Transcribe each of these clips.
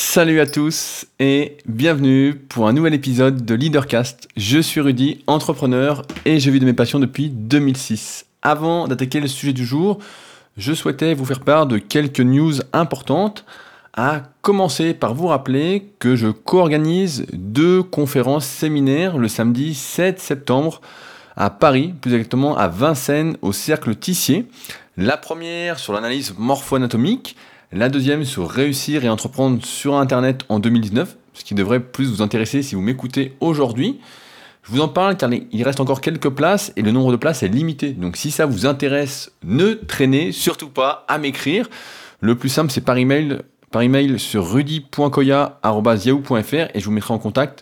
Salut à tous et bienvenue pour un nouvel épisode de Leadercast. Je suis Rudy, entrepreneur et je vis de mes passions depuis 2006. Avant d'attaquer le sujet du jour, je souhaitais vous faire part de quelques news importantes, à commencer par vous rappeler que je co-organise 2 conférences séminaires le samedi 7 septembre à Paris, plus exactement à Vincennes au Cercle Tissier. La première sur l'analyse morpho-anatomique, la deuxième sur réussir et entreprendre sur Internet en 2019, ce qui devrait plus vous intéresser si vous m'écoutez aujourd'hui. Je vous en parle car il reste encore quelques places et le nombre de places est limité. Donc si ça vous intéresse, ne traînez surtout pas à m'écrire. Le plus simple, c'est par email sur rudy.koya@yahoo.fr et je vous mettrai en contact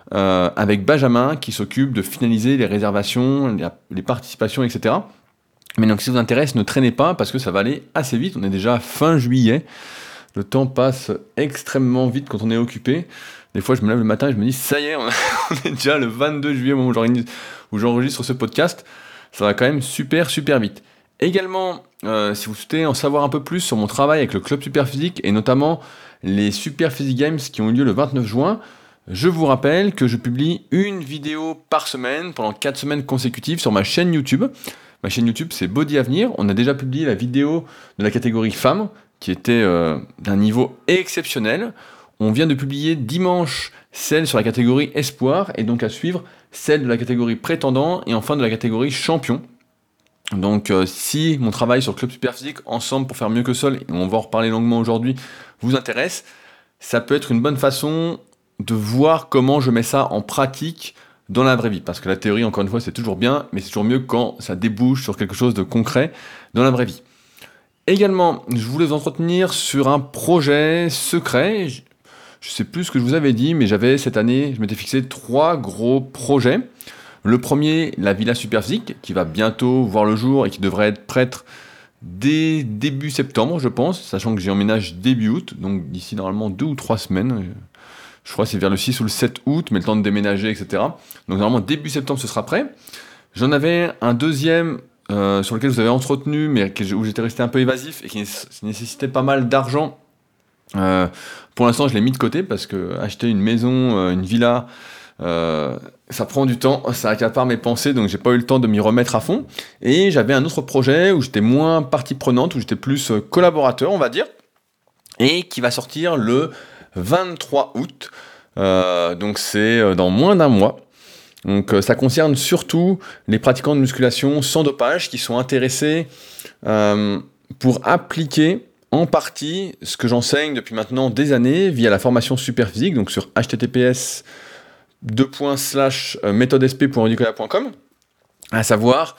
avec Benjamin qui s'occupe de finaliser les réservations, les participations, etc. Mais donc si ça vous intéresse, ne traînez pas parce que ça va aller assez vite. On est déjà fin juillet. Le temps passe extrêmement vite quand on est occupé. Des fois, je me lève le matin et je me dis, ça y est, on est déjà le 22 juillet au moment où j'enregistre ce podcast. Ça va quand même super vite. Également, si vous souhaitez en savoir un peu plus sur mon travail avec le Club Superphysique et notamment les Super Physique Games qui ont eu lieu le 29 juin, je vous rappelle que je publie une vidéo par semaine pendant 4 semaines consécutives sur ma chaîne YouTube. Ma chaîne YouTube, c'est Body Avenir. On a déjà publié la vidéo de la catégorie femmes, qui était d'un niveau exceptionnel. On vient de publier dimanche celle sur la catégorie espoir, et donc à suivre celle de la catégorie prétendant, et enfin de la catégorie champion. Donc si mon travail sur le Club Superphysique, ensemble pour faire mieux que seul, et on va en reparler longuement aujourd'hui, vous intéresse, ça peut être une bonne façon de voir comment je mets ça en pratique dans la vraie vie, parce que la théorie, encore une fois, c'est toujours bien, mais c'est toujours mieux quand ça débouche sur quelque chose de concret dans la vraie vie. Également, je voulais vous entretenir sur un projet secret. Je sais plus ce que je vous avais dit, mais cette année, je m'étais fixé 3 gros projets. Le premier, la Villa Superphysique, qui va bientôt voir le jour et qui devrait être prête dès début septembre, je pense, sachant que j'y emménage début août, donc d'ici normalement 2 ou 3 semaines. Je crois que c'est vers le 6 ou le 7 août, mais le temps de déménager, etc. Donc normalement, début septembre, ce sera prêt. J'en avais un deuxième sur lequel vous avez entretenu, mais où j'étais resté un peu évasif et qui nécessitait pas mal d'argent. Pour l'instant, je l'ai mis de côté parce que acheter une maison, une villa, ça prend du temps, ça accapare mes pensées, donc j'ai pas eu le temps de m'y remettre à fond. Et j'avais un autre projet où j'étais moins partie prenante, où j'étais plus collaborateur, on va dire, et qui va sortir le 23 août, donc c'est dans moins d'un mois. Donc ça concerne surtout les pratiquants de musculation sans dopage qui sont intéressés pour appliquer en partie ce que j'enseigne depuis maintenant des années via la formation Superphysique, donc sur https://méthodesp.rudykoya.com, à savoir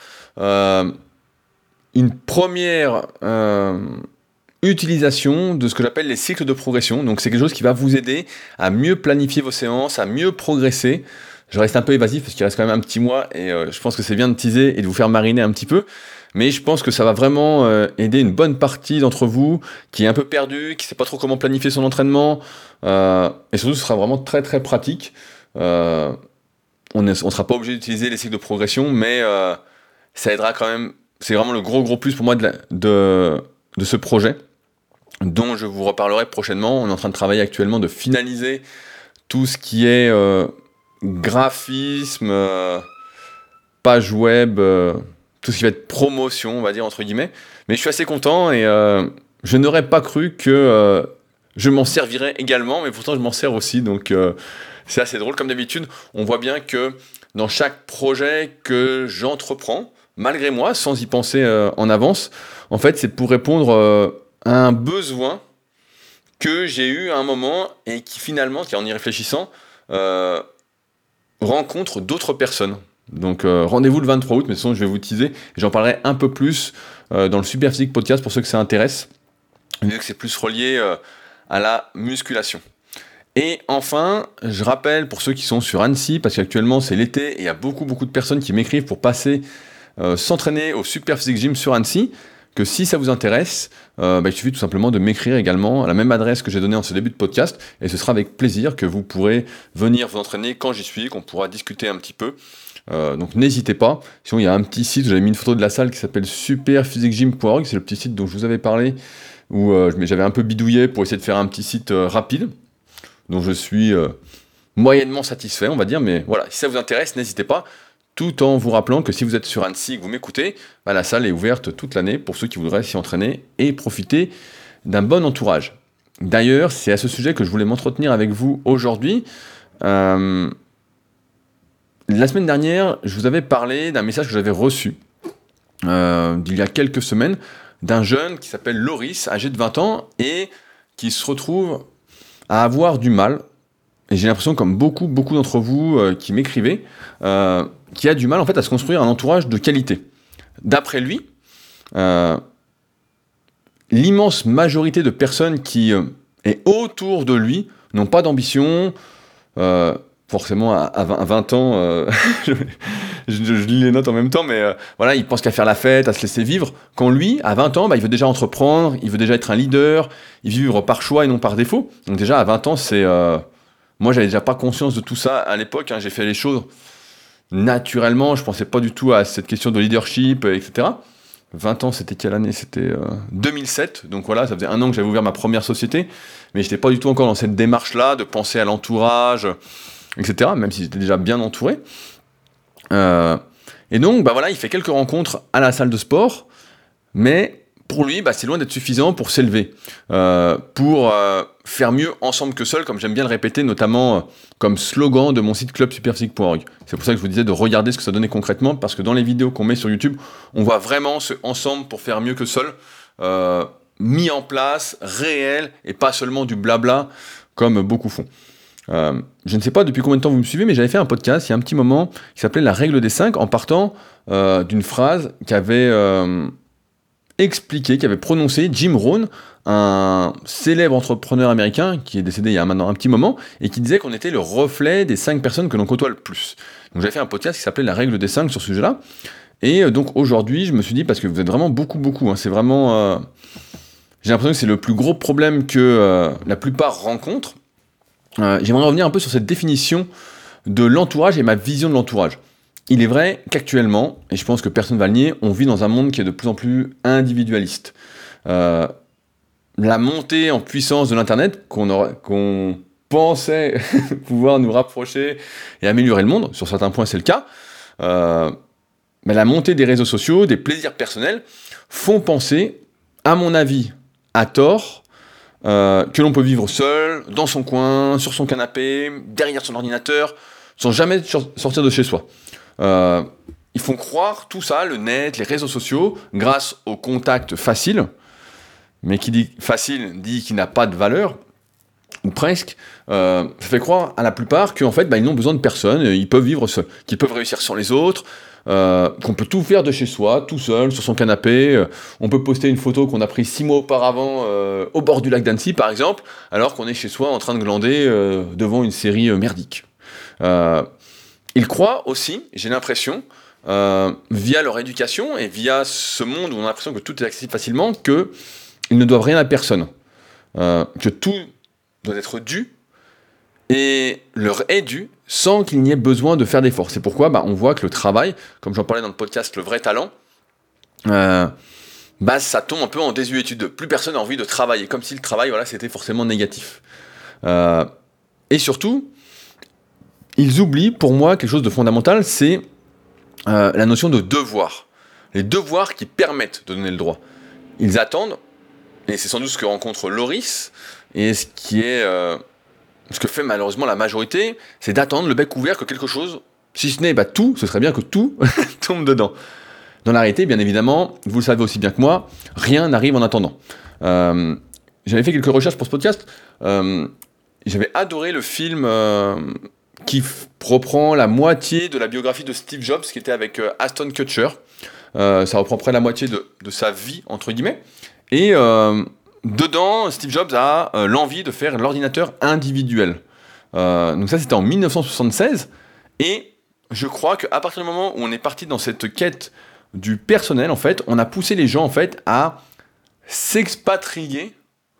une première utilisation de ce que j'appelle les cycles de progression. Donc c'est quelque chose qui va vous aider à mieux planifier vos séances, à mieux progresser. Je reste un peu évasif parce qu'il reste quand même un petit mois et je pense que c'est bien de teaser et de vous faire mariner un petit peu. Mais je pense que ça va vraiment aider une bonne partie d'entre vous qui est un peu perdu, qui ne sait pas trop comment planifier son entraînement. Et surtout, ce sera vraiment très pratique. On ne sera pas obligé d'utiliser les cycles de progression, mais ça aidera quand même. C'est vraiment le gros plus pour moi de ce projet, dont je vous reparlerai prochainement. On est en train de travailler actuellement de finaliser tout ce qui est graphisme, page web, tout ce qui va être promotion, on va dire, entre guillemets. Mais je suis assez content et je n'aurais pas cru que je m'en servirais également, mais pourtant je m'en sers aussi, donc c'est assez drôle. Comme d'habitude, on voit bien que dans chaque projet que j'entreprends, malgré moi, sans y penser en avance, en fait, c'est pour répondre à un besoin que j'ai eu à un moment et qui finalement, en y réfléchissant, rencontre d'autres personnes. Donc rendez-vous le 23 août, mais sinon je vais vous teaser, et j'en parlerai un peu plus dans le Superphysique podcast pour ceux que ça intéresse, vu que c'est plus relié à la musculation. Et enfin, je rappelle pour ceux qui sont sur Annecy, parce qu'actuellement c'est l'été et il y a beaucoup de personnes qui m'écrivent pour passer s'entraîner au Superphysique Gym sur Annecy, que si ça vous intéresse, il suffit tout simplement de m'écrire également à la même adresse que j'ai donnée en ce début de podcast, et ce sera avec plaisir que vous pourrez venir vous entraîner quand j'y suis, qu'on pourra discuter un petit peu. Donc n'hésitez pas. Sinon il y a un petit site, j'avais mis une photo de la salle qui s'appelle superphysiquegym.org, c'est le petit site dont je vous avais parlé, où j'avais un peu bidouillé pour essayer de faire un petit site rapide. dont je suis moyennement satisfait, on va dire, mais voilà, si ça vous intéresse, n'hésitez pas, tout en vous rappelant que si vous êtes sur Annecy et que vous m'écoutez, la salle est ouverte toute l'année pour ceux qui voudraient s'y entraîner et profiter d'un bon entourage. D'ailleurs, c'est à ce sujet que je voulais m'entretenir avec vous aujourd'hui. La semaine dernière, je vous avais parlé d'un message que j'avais reçu d'il y a quelques semaines d'un jeune qui s'appelle Loris, âgé de 20 ans, et qui se retrouve à avoir du mal, et j'ai l'impression, comme beaucoup d'entre vous qui m'écrivez, qui a du mal en fait à se construire un entourage de qualité. D'après lui, l'immense majorité de personnes qui est autour de lui n'ont pas d'ambition. Forcément, à 20 ans, je lis les notes en même temps, mais voilà, il pense qu'à faire la fête, à se laisser vivre. Quand lui, à 20 ans, il veut déjà entreprendre, il veut déjà être un leader, il veut vivre par choix et non par défaut. Donc déjà, à 20 ans, c'est... Moi, j'avais déjà pas conscience de tout ça à l'époque, j'ai fait les choses naturellement, je pensais pas du tout à cette question de leadership, etc. 20 ans, c'était quelle année ? C'était 2007, donc voilà, ça faisait 1 an que j'avais ouvert ma première société, mais j'étais pas du tout encore dans cette démarche-là, de penser à l'entourage, etc., même si j'étais déjà bien entouré. Et donc, voilà, il fait quelques rencontres à la salle de sport, mais pour lui, c'est loin d'être suffisant pour s'élever, pour faire mieux ensemble que seul, comme j'aime bien le répéter, notamment comme slogan de mon site clubsuperphysique.org. C'est pour ça que je vous disais de regarder ce que ça donnait concrètement, parce que dans les vidéos qu'on met sur YouTube, on voit vraiment ce ensemble pour faire mieux que seul, mis en place, réel, et pas seulement du blabla, comme beaucoup font. Je ne sais pas depuis combien de temps vous me suivez, mais j'avais fait un podcast il y a un petit moment qui s'appelait La règle des 5, en partant d'une phrase qu'avait expliqué, qu'avait prononcé Jim Rohn, un célèbre entrepreneur américain qui est décédé il y a maintenant un petit moment, et qui disait qu'on était le reflet des 5 personnes que l'on côtoie le plus. Donc j'avais fait un podcast qui s'appelait La règle des 5 sur ce sujet-là, et donc aujourd'hui je me suis dit, parce que vous êtes vraiment beaucoup, c'est vraiment... j'ai l'impression que c'est le plus gros problème que la plupart rencontrent. J'aimerais revenir un peu sur cette définition de l'entourage et ma vision de l'entourage. Il est vrai qu'actuellement, et je pense que personne ne va le nier, on vit dans un monde qui est de plus en plus individualiste. La montée en puissance de l'Internet, qu'on pensait pouvoir nous rapprocher et améliorer le monde, sur certains points c'est le cas, mais la montée des réseaux sociaux, des plaisirs personnels, font penser, à mon avis, à tort, que l'on peut vivre seul, dans son coin, sur son canapé, derrière son ordinateur, sans jamais sortir de chez soi. Ils font croire tout ça, le net, les réseaux sociaux, grâce au contact facile, mais qui dit facile dit qu'il n'a pas de valeur, ou presque, ça fait croire à la plupart qu'en fait, ils n'ont besoin de personne, ils peuvent vivre seuls, qu'ils peuvent réussir sans les autres, qu'on peut tout faire de chez soi, tout seul, sur son canapé, on peut poster une photo qu'on a prise 6 mois auparavant au bord du lac d'Annecy, par exemple, alors qu'on est chez soi en train de glander devant une série merdique. Ils croient aussi, j'ai l'impression, via leur éducation et via ce monde où on a l'impression que tout est accessible facilement, qu'ils ne doivent rien à personne, que tout doit être dû et leur est dû sans qu'il n'y ait besoin de faire d'efforts. C'est pourquoi on voit que le travail, comme j'en parlais dans le podcast Le Vrai Talent, ça tombe un peu en désuétude. Plus personne n'a envie de travailler, comme si le travail c'était forcément négatif. Et surtout, ils oublient, pour moi, quelque chose de fondamental, c'est la notion de devoir. Les devoirs qui permettent de donner le droit. Ils attendent, et c'est sans doute ce que rencontre Loris, et ce que fait malheureusement la majorité, c'est d'attendre le bec ouvert que quelque chose, si ce n'est tout, ce serait bien que tout tombe dedans. Dans la réalité, bien évidemment, vous le savez aussi bien que moi, rien n'arrive en attendant. J'avais fait quelques recherches pour ce podcast, j'avais adoré le film qui reprend la moitié de la biographie de Steve Jobs, qui était avec Ashton Kutcher. Ça reprend près la moitié de sa vie, entre guillemets. Et dedans, Steve Jobs a l'envie de faire l'ordinateur individuel. Donc ça, c'était en 1976. Et je crois qu'à partir du moment où on est parti dans cette quête du personnel, en fait, on a poussé les gens, en fait, à s'expatrier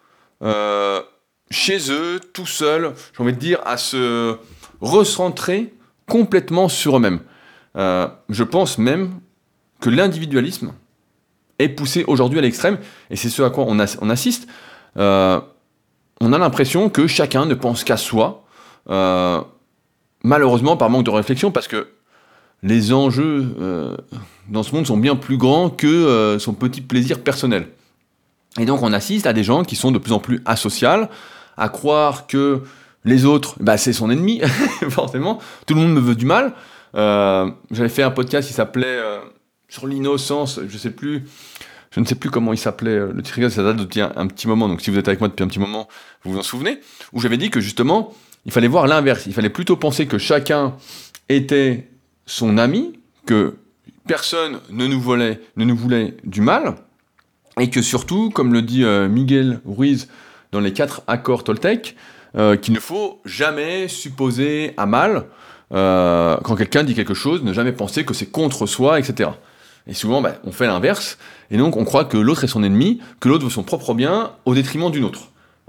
chez eux, tout seuls, j'ai envie de dire, à se recentrer complètement sur eux-mêmes. Je pense même que l'individualisme est poussé aujourd'hui à l'extrême, et c'est ce à quoi on assiste. On on a l'impression que chacun ne pense qu'à soi, malheureusement par manque de réflexion, parce que les enjeux dans ce monde sont bien plus grands que son petit plaisir personnel. Et donc on assiste à des gens qui sont de plus en plus asociaux, à croire que les autres, c'est son ennemi, forcément, tout le monde me veut du mal. J'avais fait un podcast qui s'appelait sur l'innocence, je ne sais plus comment il s'appelait, le titre, ça date depuis un petit moment, donc si vous êtes avec moi depuis un petit moment, vous vous en souvenez, où j'avais dit que justement, il fallait voir l'inverse, il fallait plutôt penser que chacun était son ami, que personne ne nous voulait du mal, et que surtout, comme le dit Miguel Ruiz dans les 4 accords Toltec, qu'il ne faut jamais supposer à mal, quand quelqu'un dit quelque chose, ne jamais penser que c'est contre soi, etc. Et souvent, on fait l'inverse, et donc on croit que l'autre est son ennemi, que l'autre veut son propre bien au détriment d'une autre.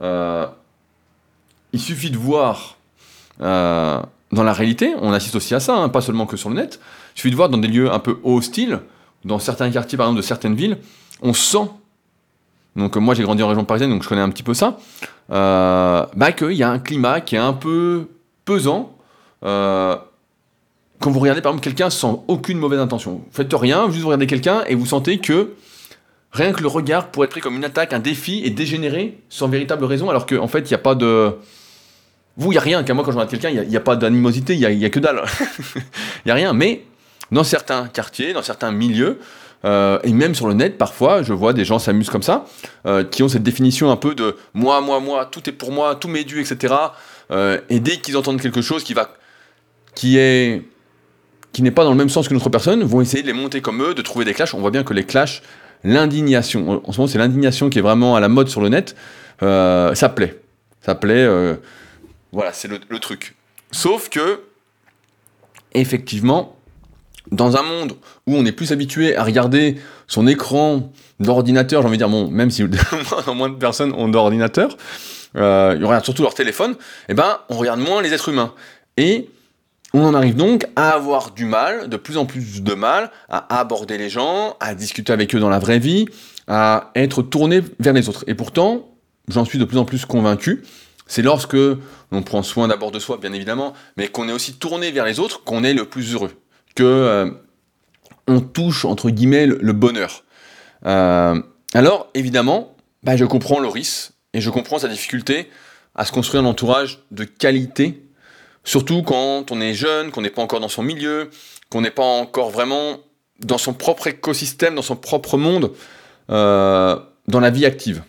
Il suffit de voir dans la réalité, on assiste aussi à ça, pas seulement que sur le net, il suffit de voir dans des lieux un peu hostiles, dans certains quartiers par exemple de certaines villes, on sent, donc moi j'ai grandi en région parisienne, donc je connais un petit peu ça, qu'il y a un climat qui est un peu pesant, quand vous regardez par exemple quelqu'un sans aucune mauvaise intention. Vous faites rien, juste vous regardez quelqu'un et vous sentez que rien que le regard pourrait être pris comme une attaque, un défi et dégénérer sans véritable raison, alors qu'en fait il n'y a pas de... Vous, il n'y a rien, qu'à moi quand je regarde quelqu'un, il n'y a pas d'animosité, il n'y a que dalle. Il n'y a rien, mais dans certains quartiers, dans certains milieux, et même sur le net, parfois, je vois des gens s'amusent comme ça, qui ont cette définition un peu de moi, tout est pour moi, tout m'est dû, etc. Et dès qu'ils entendent quelque chose qui n'est pas dans le même sens qu'une autre personne, vont essayer de les monter comme eux, de trouver des clashs. On voit bien que les clashs, l'indignation, en ce moment c'est l'indignation qui est vraiment à la mode sur le net, ça plaît. Voilà, c'est le truc. Sauf que, effectivement, dans un monde où on est plus habitué à regarder son écran d'ordinateur, j'ai envie de dire, même si moins de personnes ont d'ordinateur, ils regardent surtout leur téléphone, on regarde moins les êtres humains. Et on en arrive donc à avoir du mal, de plus en plus de mal, à aborder les gens, à discuter avec eux dans la vraie vie, à être tourné vers les autres. Et pourtant, j'en suis de plus en plus convaincu, c'est lorsque on prend soin d'abord de soi, bien évidemment, mais qu'on est aussi tourné vers les autres, qu'on est le plus heureux, que on touche, entre guillemets, le bonheur. Alors, évidemment, je comprends Loris, et je comprends sa difficulté à se construire un entourage de qualité, surtout quand on est jeune, qu'on n'est pas encore dans son milieu, qu'on n'est pas encore vraiment dans son propre écosystème, dans son propre monde, dans la vie active.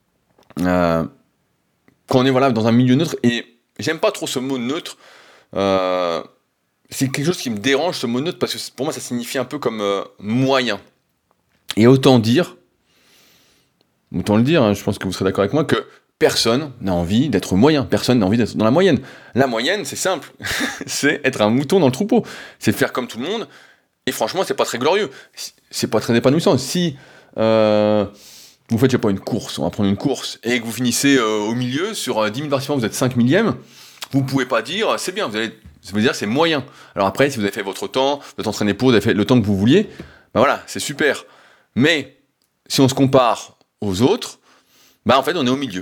Quand on est dans un milieu neutre, et j'aime pas trop ce mot neutre, c'est quelque chose qui me dérange, ce mot neutre, parce que pour moi ça signifie un peu comme moyen. Et autant le dire, je pense que vous serez d'accord avec moi, que personne n'a envie d'être moyen, personne n'a envie d'être dans la moyenne. La moyenne, c'est simple, c'est être un mouton dans le troupeau, c'est faire comme tout le monde, et franchement, c'est pas très glorieux, c'est pas très épanouissant. Si vous faites, une course, on va prendre une course, et que vous finissez au milieu, sur 10 000 participants, vous êtes 5 millièmes, vous pouvez pas dire, c'est bien, ça veut dire c'est moyen. Alors après, si vous avez fait votre temps, vous êtes entraîné vous avez fait le temps que vous vouliez, voilà, c'est super. Mais, si on se compare aux autres, en fait, on est au milieu.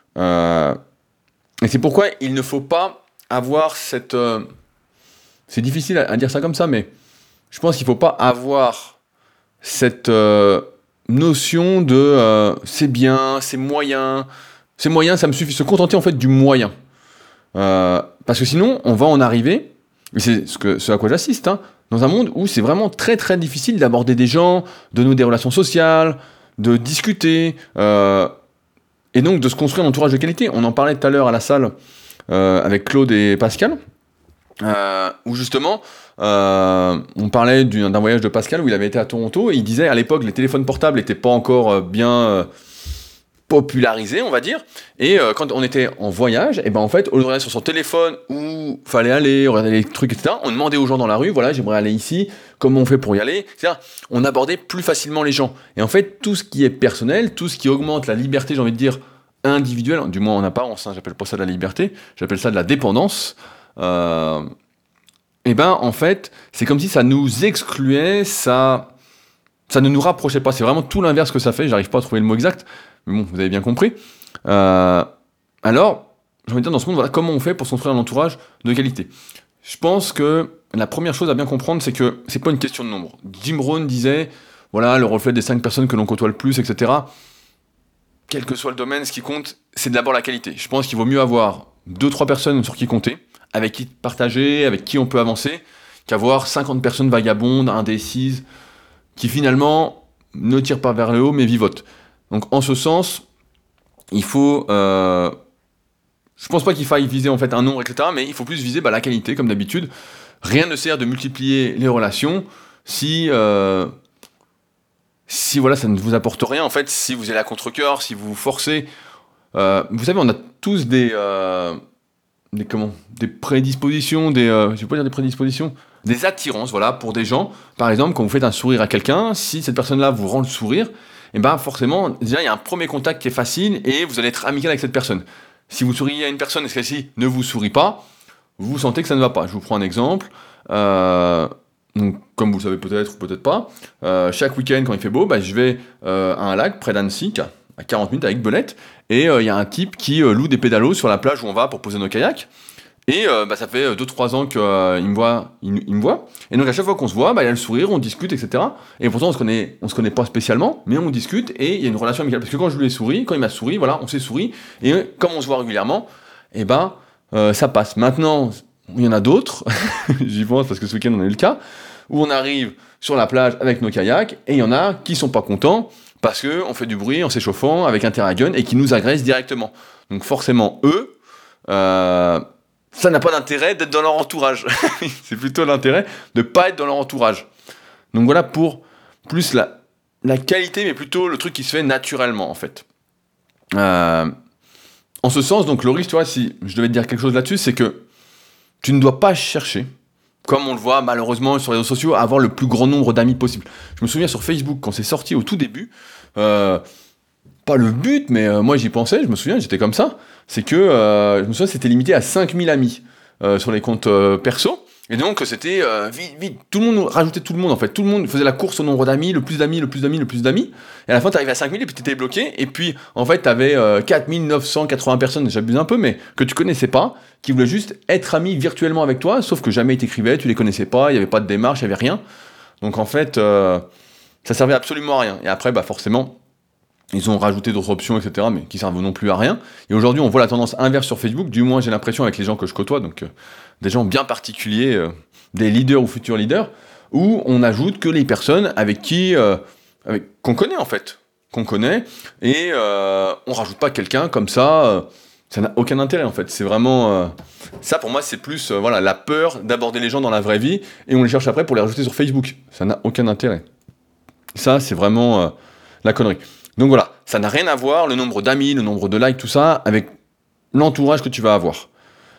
Et c'est pourquoi il ne faut pas avoir cette... c'est difficile à dire ça comme ça, mais je pense qu'il ne faut pas avoir cette notion de c'est bien, c'est moyen, ça me suffit, se contenter en fait du moyen. Parce que sinon, on va en arriver, et c'est ce à quoi j'assiste, dans un monde où c'est vraiment très très difficile d'aborder des gens, de nouer des relations sociales, de discuter, et donc de se construire un entourage de qualité. On en parlait tout à l'heure à la salle avec Claude et Pascal, où justement on parlait d'un voyage de Pascal où il avait été à Toronto, et il disait à l'époque les téléphones portables n'étaient pas encore bien popularisés, on va dire, et quand on était en voyage, et en fait au lieu de regarder sur son téléphone où fallait aller, regarder les trucs, etc., on demandait aux gens dans la rue, voilà, j'aimerais aller ici, comment on fait pour y aller, etc. On abordait plus facilement les gens. Et en fait, tout ce qui est personnel, tout ce qui augmente la liberté, j'ai envie de dire, individuelle, du moins en apparence, j'appelle pas ça de la liberté, j'appelle ça de la dépendance, en fait, c'est comme si ça nous excluait, ça ne nous rapprochait pas. C'est vraiment tout l'inverse que ça fait, j'arrive pas à trouver le mot exact, mais bon, vous avez bien compris. Alors, j'ai envie de dire, dans ce monde, voilà, comment on fait pour se construire un entourage de qualité? Je pense que la première chose à bien comprendre, c'est que c'est pas une question de nombre. Jim Rohn disait, voilà, le reflet des 5 personnes que l'on côtoie le plus, etc. Quel que soit le domaine, ce qui compte, c'est d'abord la qualité. Je pense qu'il vaut mieux avoir 2-3 personnes sur qui compter, avec qui partager, avec qui on peut avancer, qu'avoir 50 personnes vagabondes, indécises, qui finalement ne tirent pas vers le haut, mais vivotent. Donc en ce sens, il faut... je pense pas qu'il faille viser en fait un nombre, etc., mais il faut plus viser la qualité, comme d'habitude. Rien ne sert de multiplier les relations si voilà, ça ne vous apporte rien, en fait, si vous allez à contre-cœur, si vous vous forcez. Vous savez, on a tous des prédispositions, je vais pas dire des prédispositions, des attirances, voilà, pour des gens. Par exemple, quand vous faites un sourire à quelqu'un, si cette personne-là vous rend le sourire, et ben forcément, déjà, il y a un premier contact qui est facile et vous allez être amical avec cette personne. Si vous souriez à une personne et celle-ci ne vous sourit pas, vous sentez que ça ne va pas. Je vous prends un exemple. Donc, comme vous le savez peut-être ou peut-être pas, chaque week-end quand il fait beau, je vais à un lac près d'Annecy, à 40 minutes avec Belette, et il y a un type qui loue des pédalos sur la plage où on va pour poser nos kayaks. Et ça fait 2-3 ans qu'il me voit, il me voit. Et donc à chaque fois qu'on se voit, il y a le sourire, on discute, etc. Et pourtant on se connaît pas spécialement, mais on discute et il y a une relation amicale. Parce que quand je lui ai souri, quand il m'a souri, voilà, on s'est souri. Et comme on se voit régulièrement, ça passe. Maintenant, il y en a d'autres, j'y pense parce que ce week-end on a eu le cas, où on arrive sur la plage avec nos kayaks et il y en a qui sont pas contents parce qu'on fait du bruit en s'échauffant avec un terragun et qui nous agressent directement. Donc forcément, eux... ça n'a pas d'intérêt d'être dans leur entourage. C'est plutôt l'intérêt de ne pas être dans leur entourage. Donc voilà pour plus la qualité, mais plutôt le truc qui se fait naturellement, en fait. En ce sens, donc Loris, tu vois, si je devais te dire quelque chose là-dessus, c'est que tu ne dois pas chercher, comme on le voit malheureusement sur les réseaux sociaux, à avoir le plus grand nombre d'amis possible. Je me souviens sur Facebook, quand c'est sorti au tout début, pas le but, mais moi j'y pensais, je me souviens, j'étais comme ça, c'est que je me souviens c'était limité à 5000 amis sur les comptes perso, et donc c'était vite, tout le monde rajoutait tout le monde en fait, tout le monde faisait la course au nombre d'amis, le plus d'amis, et à la fin t'arrivais à 5000 et puis t'étais bloqué, et puis en fait t'avais 4980 personnes, j'abuse un peu, mais que tu connaissais pas, qui voulaient juste être amis virtuellement avec toi, sauf que jamais ils t'écrivaient, tu les connaissais pas, il y avait pas de démarche, il y avait rien, donc en fait ça servait absolument à rien, et après forcément ils ont rajouté d'autres options, etc., mais qui servent non plus à rien. Et aujourd'hui, on voit la tendance inverse sur Facebook, du moins j'ai l'impression avec les gens que je côtoie, donc des gens bien particuliers, des leaders ou futurs leaders, où on ajoute que les personnes avec qui, qu'on connaît en fait, et on rajoute pas quelqu'un comme ça, ça n'a aucun intérêt en fait. C'est vraiment... ça pour moi c'est plus la peur d'aborder les gens dans la vraie vie, et on les cherche après pour les rajouter sur Facebook. Ça n'a aucun intérêt. Ça c'est vraiment la connerie. Donc voilà, ça n'a rien à voir, le nombre d'amis, le nombre de likes, tout ça, avec l'entourage que tu vas avoir.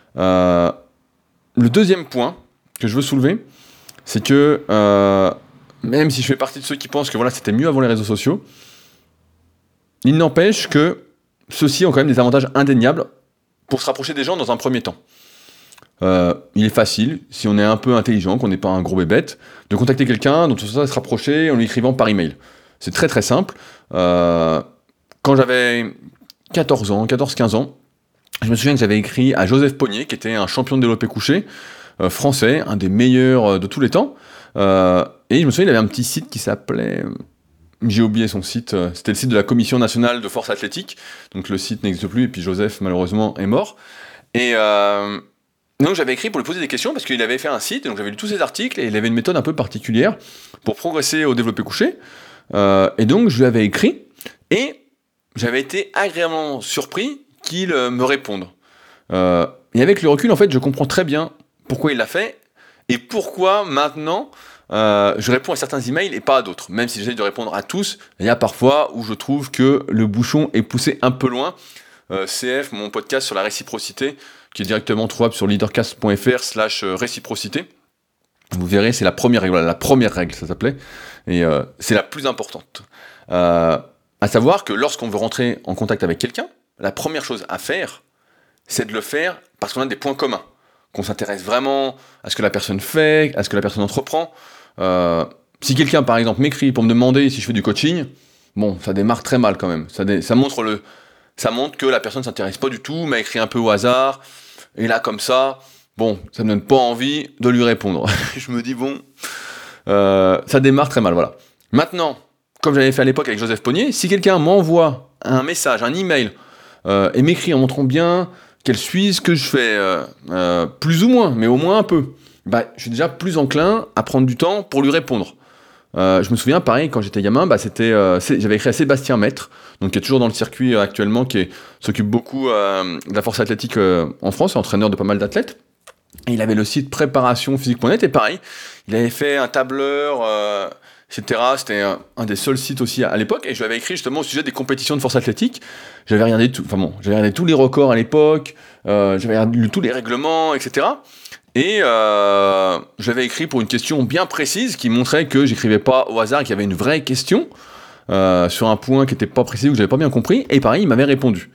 Le deuxième point que je veux soulever, c'est que même si je fais partie de ceux qui pensent que c'était mieux avant les réseaux sociaux, il n'empêche que ceux-ci ont quand même des avantages indéniables pour se rapprocher des gens dans un premier temps. Il est facile, si on est un peu intelligent, qu'on n'est pas un gros bébête, de contacter quelqu'un dont on va se rapprocher en lui écrivant par email. C'est très très simple. Quand j'avais 14-15 ans, je me souviens que j'avais écrit à Joseph Pognier, qui était un champion de développé couché, français, un des meilleurs de tous les temps. Et je me souviens, il avait un petit site qui s'appelait... J'ai oublié son site, c'était le site de la Commission nationale de force athlétique. Donc le site n'existe plus, et puis Joseph, malheureusement, est mort. Et donc j'avais écrit pour lui poser des questions, parce qu'il avait fait un site, et donc j'avais lu tous ses articles, et il avait une méthode un peu particulière pour progresser au développé couché. Et donc je lui avais écrit, et j'avais été agréablement surpris qu'il me réponde. Et avec le recul, en fait, je comprends très bien pourquoi il l'a fait, et pourquoi maintenant je réponds à certains emails et pas à d'autres. Même si j'essaie de répondre à tous, il y a parfois où je trouve que le bouchon est poussé un peu loin. CF, mon podcast sur la réciprocité, qui est directement trouvable sur leadercast.fr/réciprocité. Vous verrez, c'est la première règle, ça s'appelait, et c'est la plus importante. À savoir que lorsqu'on veut rentrer en contact avec quelqu'un, la première chose à faire, c'est de le faire parce qu'on a des points communs, qu'on s'intéresse vraiment à ce que la personne fait, à ce que la personne entreprend. Si quelqu'un, par exemple, m'écrit pour me demander si je fais du coaching, bon, ça démarre très mal quand même. Ça montre ça montre que la personne ne s'intéresse pas du tout, m'a écrit un peu au hasard, et là comme ça, bon, ça me donne pas envie de lui répondre. Je me dis ça démarre très mal, voilà. Maintenant, comme j'avais fait à l'époque avec Joseph Pognier, si quelqu'un m'envoie un message, un email, et m'écrit en montrant bien qu'elle suit ce que je fais, plus ou moins, mais au moins un peu, je suis déjà plus enclin à prendre du temps pour lui répondre. Je me souviens, pareil, quand j'étais gamin, j'avais écrit à Sébastien Maître, donc qui est toujours dans le circuit actuellement, s'occupe beaucoup de la force athlétique en France, entraîneur de pas mal d'athlètes. Et il avait le site préparationphysique.net, et pareil, il avait fait un tableur, etc. C'était un des seuls sites aussi à l'époque, et je lui avais écrit justement au sujet des compétitions de force athlétique. J'avais regardé tous les records à l'époque, j'avais lu tous les règlements, etc. Et j'avais écrit pour une question bien précise qui montrait que j'écrivais pas au hasard, qu'il y avait une vraie question sur un point qui était pas précis ou que j'avais pas bien compris. Et pareil, il m'avait répondu.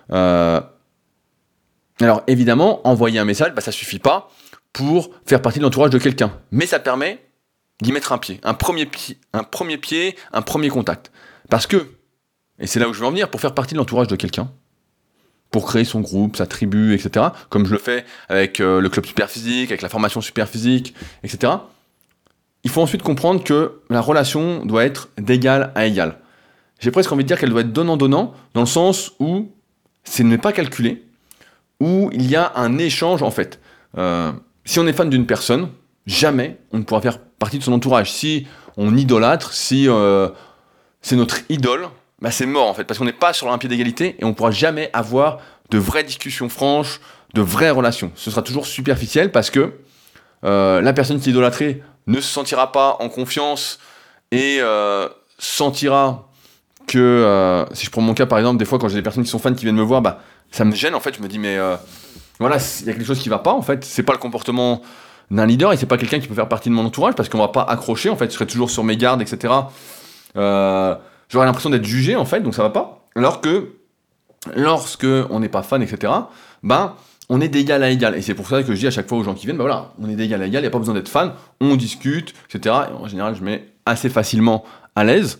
Alors évidemment, envoyer un message, ça suffit pas pour faire partie de l'entourage de quelqu'un, mais ça permet d'y mettre un premier pied, un premier contact. Parce que, et c'est là où je veux en venir, pour faire partie de l'entourage de quelqu'un, pour créer son groupe, sa tribu, etc., comme je le fais avec le club Superphysique, avec la formation Superphysique, etc., il faut ensuite comprendre que la relation doit être d'égal à égal. J'ai presque envie de dire qu'elle doit être donnant-donnant, dans le sens où ce n'est pas calculé, où il y a un échange en fait. Si on est fan d'une personne, jamais on ne pourra faire partie de son entourage. Si on idolâtre, si c'est notre idole, c'est mort en fait, parce qu'on n'est pas sur un pied d'égalité et on ne pourra jamais avoir de vraies discussions franches, de vraies relations. Ce sera toujours superficiel parce que la personne qui est idolâtrée ne se sentira pas en confiance et sentira que, si je prends mon cas par exemple, des fois quand j'ai des personnes qui sont fans qui viennent me voir, ça me gêne en fait, je me dis mais voilà, il y a quelque chose qui va pas en fait, c'est pas le comportement d'un leader et c'est pas quelqu'un qui peut faire partie de mon entourage parce qu'on va pas accrocher en fait, je serai toujours sur mes gardes, etc. J'aurais l'impression d'être jugé en fait, donc ça va pas. Alors que lorsque on n'est pas fan, etc., on est d'égal à égal. Et c'est pour ça que je dis à chaque fois aux gens qui viennent, on est d'égal à égal, il n'y a pas besoin d'être fan, on discute, etc. Et en général, je me mets assez facilement à l'aise.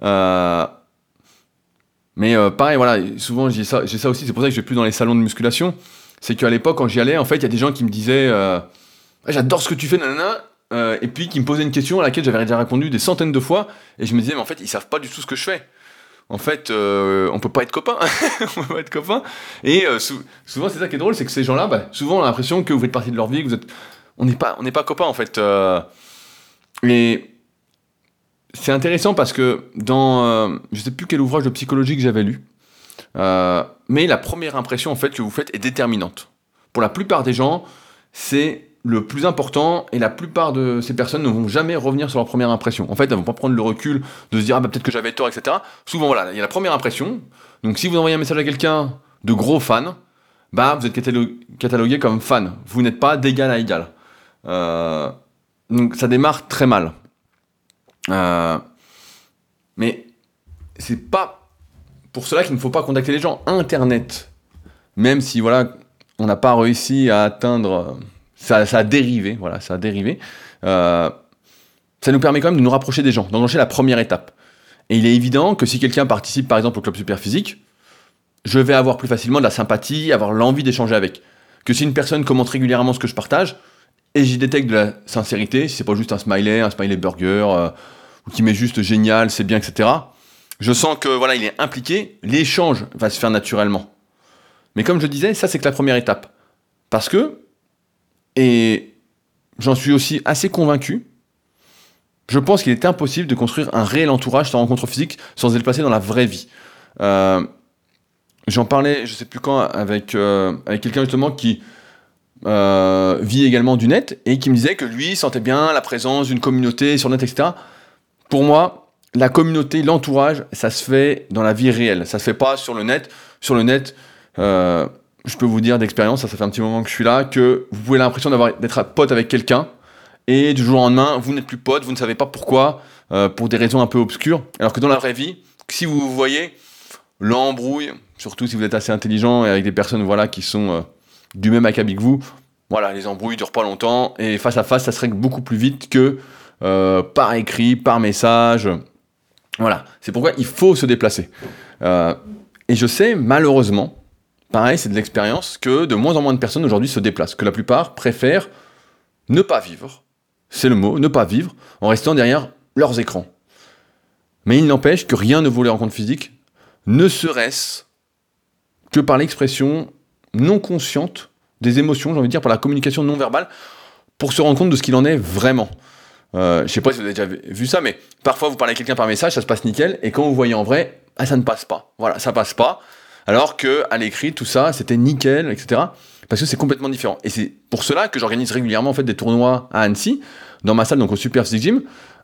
Mais pareil, voilà, souvent j'ai ça aussi, c'est pour ça que je vais plus dans les salons de musculation. C'est qu'à l'époque, quand j'y allais, en fait, il y a des gens qui me disaient j'adore ce que tu fais, nanana, et puis qui me posaient une question à laquelle j'avais déjà répondu des centaines de fois, et je me disais, mais en fait, ils savent pas du tout ce que je fais. En fait, on peut pas être copains. On peut pas être copains. Et souvent, c'est ça qui est drôle, c'est que ces gens-là, souvent, on a l'impression que vous faites partie de leur vie, que on n'est pas copains, en fait. Et c'est intéressant parce que dans, je sais plus quel ouvrage de psychologie que j'avais lu, mais la première impression, en fait, que vous faites est déterminante. Pour la plupart des gens, c'est le plus important, et la plupart de ces personnes ne vont jamais revenir sur leur première impression. En fait, elles vont pas prendre le recul de se dire peut-être que j'avais tort, etc. Souvent, voilà, il y a la première impression. Donc, si vous envoyez un message à quelqu'un de gros fan, vous êtes catalogué comme fan. Vous n'êtes pas d'égal à égal. Donc, ça démarre très mal. Mais c'est pas pour cela qu'il ne faut pas contacter les gens. Internet, même si voilà, on n'a pas réussi à atteindre. Ça a dérivé, voilà, ça a dérivé. Ça nous permet quand même de nous rapprocher des gens, d'enclencher la première étape. Et il est évident que si quelqu'un participe par exemple au club Superphysique, je vais avoir plus facilement de la sympathie, avoir l'envie d'échanger avec. Que si une personne commente régulièrement ce que je partage, et j'y détecte de la sincérité, si c'est pas juste un smiley burger, ou qui met juste génial, c'est bien, etc. Je sens que voilà, il est impliqué, l'échange va se faire naturellement. Mais comme je disais, ça c'est que la première étape. Parce que, et j'en suis aussi assez convaincu, je pense qu'il est impossible de construire un réel entourage sans rencontre physique, sans se déplacer dans la vraie vie. J'en parlais, je sais plus quand, avec quelqu'un justement qui vit également du net, et qui me disait que lui sentait bien la présence d'une communauté sur le net, etc. Pour moi, la communauté, l'entourage, ça se fait dans la vie réelle. Ça se fait pas sur le net. Sur le net, je peux vous dire d'expérience, ça fait un petit moment que je suis là, que vous pouvez l'impression d'être pote avec quelqu'un, et du jour au lendemain, vous n'êtes plus pote, vous ne savez pas pourquoi, pour des raisons un peu obscures. Alors que dans la vraie vie, si vous voyez l'embrouille, surtout si vous êtes assez intelligent et avec des personnes voilà, qui sont du même acabit que vous, voilà, les embrouilles durent pas longtemps, et face à face, ça se règle beaucoup plus vite que par écrit, par message. Voilà, c'est pourquoi il faut se déplacer. Et je sais, malheureusement, pareil, c'est de l'expérience, que de moins en moins de personnes aujourd'hui se déplacent, que la plupart préfèrent ne pas vivre, c'est le mot, ne pas vivre, en restant derrière leurs écrans. Mais il n'empêche que rien ne vaut les rencontres physiques, ne serait-ce que par l'expression non consciente des émotions, j'ai envie de dire, par la communication non verbale, pour se rendre compte de ce qu'il en est vraiment. Je sais pas si vous avez déjà vu ça, mais parfois vous parlez à quelqu'un par message, ça se passe nickel, et quand vous voyez en vrai, ça ne passe pas. Voilà, ça passe pas. Alors qu'à l'écrit, tout ça, c'était nickel, etc. Parce que c'est complètement différent. Et c'est pour cela que j'organise régulièrement en fait, des tournois à Annecy, dans ma salle, donc au Super Physique Gym.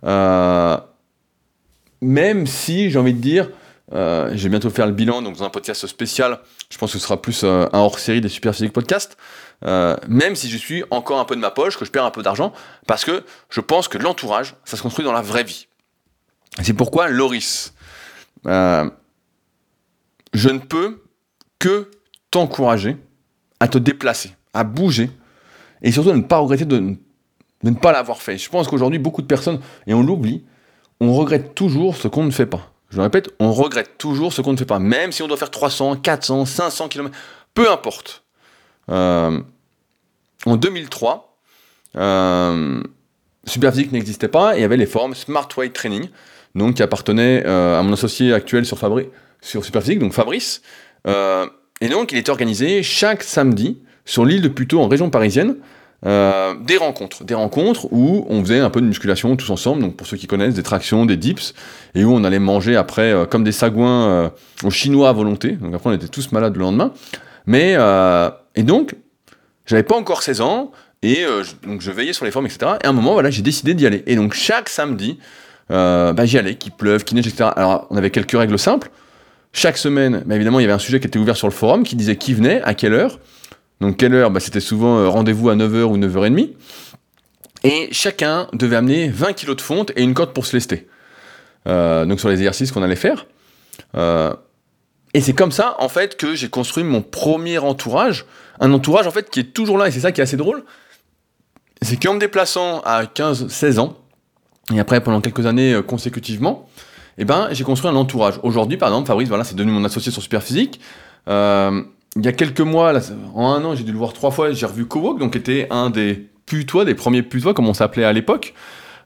Même si, j'ai envie de dire, je vais bientôt faire le bilan donc dans un podcast spécial, je pense que ce sera plus un hors-série des Super Physique Podcast, même si je suis encore un peu de ma poche, que je perds un peu d'argent, parce que je pense que l'entourage, ça se construit dans la vraie vie. Et c'est pourquoi, Loris, je ne peux que t'encourager à te déplacer, à bouger, et surtout à ne pas regretter de ne pas l'avoir fait. Je pense qu'aujourd'hui, beaucoup de personnes, et on l'oublie, on regrette toujours ce qu'on ne fait pas. Je le répète, on regrette toujours ce qu'on ne fait pas, même si on doit faire 300, 400, 500 km, peu importe. En 2003, Superphysique n'existait pas, et il y avait les forums Smart Weight Training, donc qui appartenaient à mon associé actuel sur Superphysique, donc Fabrice. Et donc, il était organisé chaque samedi sur l'île de Puteaux, en région parisienne, des rencontres où on faisait un peu de musculation tous ensemble, donc pour ceux qui connaissent, des tractions, des dips, et où on allait manger après comme des sagouins aux chinois à volonté, donc après on était tous malades le lendemain, et donc, j'avais pas encore 16 ans, et donc je veillais sur les formes, etc., et à un moment, voilà, j'ai décidé d'y aller, et donc chaque samedi, j'y allais, qu'il pleuve, qu'il neige, etc., alors on avait quelques règles simples, chaque semaine, évidemment, il y avait un sujet qui était ouvert sur le forum, qui disait qui venait, à quelle heure. Donc quelle heure, c'était souvent rendez-vous à 9h ou 9h30. Et chacun devait amener 20 kg de fonte et une corde pour se lester. Donc sur les exercices qu'on allait faire. Et c'est comme ça, en fait, que j'ai construit mon premier entourage. Un entourage, en fait, qui est toujours là, et c'est ça qui est assez drôle. C'est qu'en me déplaçant à 15-16 ans, et après pendant quelques années consécutivement, j'ai construit un entourage. Aujourd'hui, par exemple, Fabrice, voilà, c'est devenu mon associé sur Superphysique. Il y a quelques mois, là, en un an, j'ai dû le voir 3 fois, j'ai revu Kowok, donc qui était un des putois, des premiers putois, comme on s'appelait à l'époque.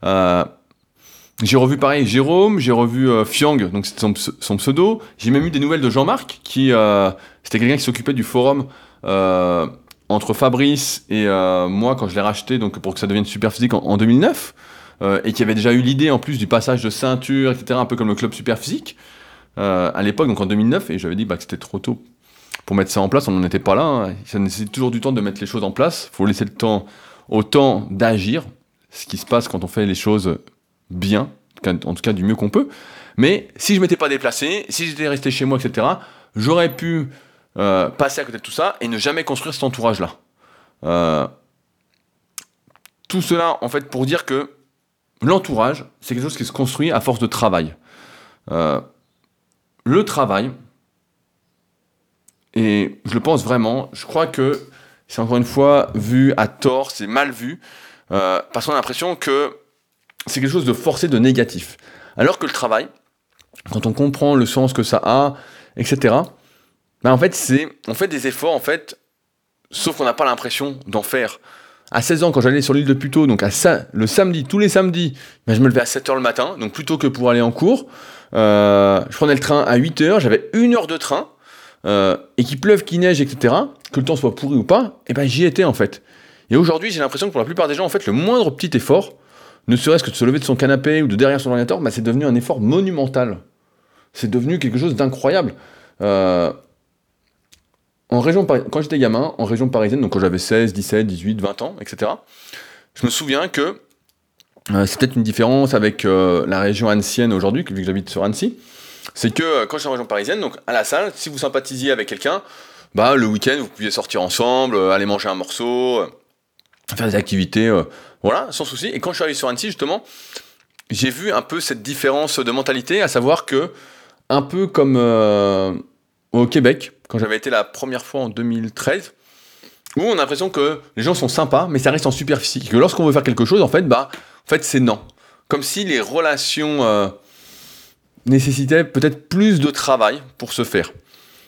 J'ai revu pareil Jérôme, j'ai revu Fiang, donc c'était son pseudo. J'ai même eu des nouvelles de Jean-Marc, qui c'était quelqu'un qui s'occupait du forum entre Fabrice et moi quand je l'ai racheté, donc pour que ça devienne Superphysique en 2009. Et qui avait déjà eu l'idée en plus du passage de ceinture, etc., un peu comme le club Superphysique, à l'époque, donc en 2009, et j'avais dit que c'était trop tôt pour mettre ça en place, on n'en était pas là, hein. Ça nécessite toujours du temps de mettre les choses en place, il faut laisser le temps au temps d'agir, ce qui se passe quand on fait les choses bien, en tout cas du mieux qu'on peut, mais si je m'étais pas déplacé, si j'étais resté chez moi, etc., j'aurais pu passer à côté de tout ça et ne jamais construire cet entourage-là. Tout cela, en fait, pour dire que l'entourage, c'est quelque chose qui se construit à force de travail. Le travail, et je le pense vraiment, je crois que c'est encore une fois vu à tort, c'est mal vu, parce qu'on a l'impression que c'est quelque chose de forcé, de négatif. Alors que le travail, quand on comprend le sens que ça a, etc., en fait, on fait des efforts, en fait, sauf qu'on n'a pas l'impression d'en faire. À 16 ans, quand j'allais sur l'île de Puteaux, donc le samedi, tous les samedis, je me levais à 7h le matin, donc plutôt que pour aller en cours, je prenais le train à 8h, j'avais 1 heure de train, et qu'il pleuve, qu'il neige, etc., que le temps soit pourri ou pas, j'y étais en fait. Et aujourd'hui, j'ai l'impression que pour la plupart des gens, en fait, le moindre petit effort, ne serait-ce que de se lever de son canapé ou de derrière son ordinateur, c'est devenu un effort monumental. C'est devenu quelque chose d'incroyable. Quand j'étais gamin, en région parisienne, donc quand j'avais 16, 17, 18, 20 ans, etc., je me souviens que c'est peut-être une différence avec la région annecyenne aujourd'hui, vu que j'habite sur Annecy, c'est que quand j'étais en région parisienne, donc à la salle, si vous sympathisiez avec quelqu'un, le week-end, vous pouviez sortir ensemble, aller manger un morceau, faire des activités, voilà, sans souci. Et quand je suis arrivé sur Annecy, justement, j'ai vu un peu cette différence de mentalité, à savoir que, un peu comme au Québec, quand j'avais été la première fois en 2013, où on a l'impression que les gens sont sympas, mais ça reste en superficie. Que lorsqu'on veut faire quelque chose, en fait, c'est non. Comme si les relations nécessitaient peut-être plus de travail pour se faire.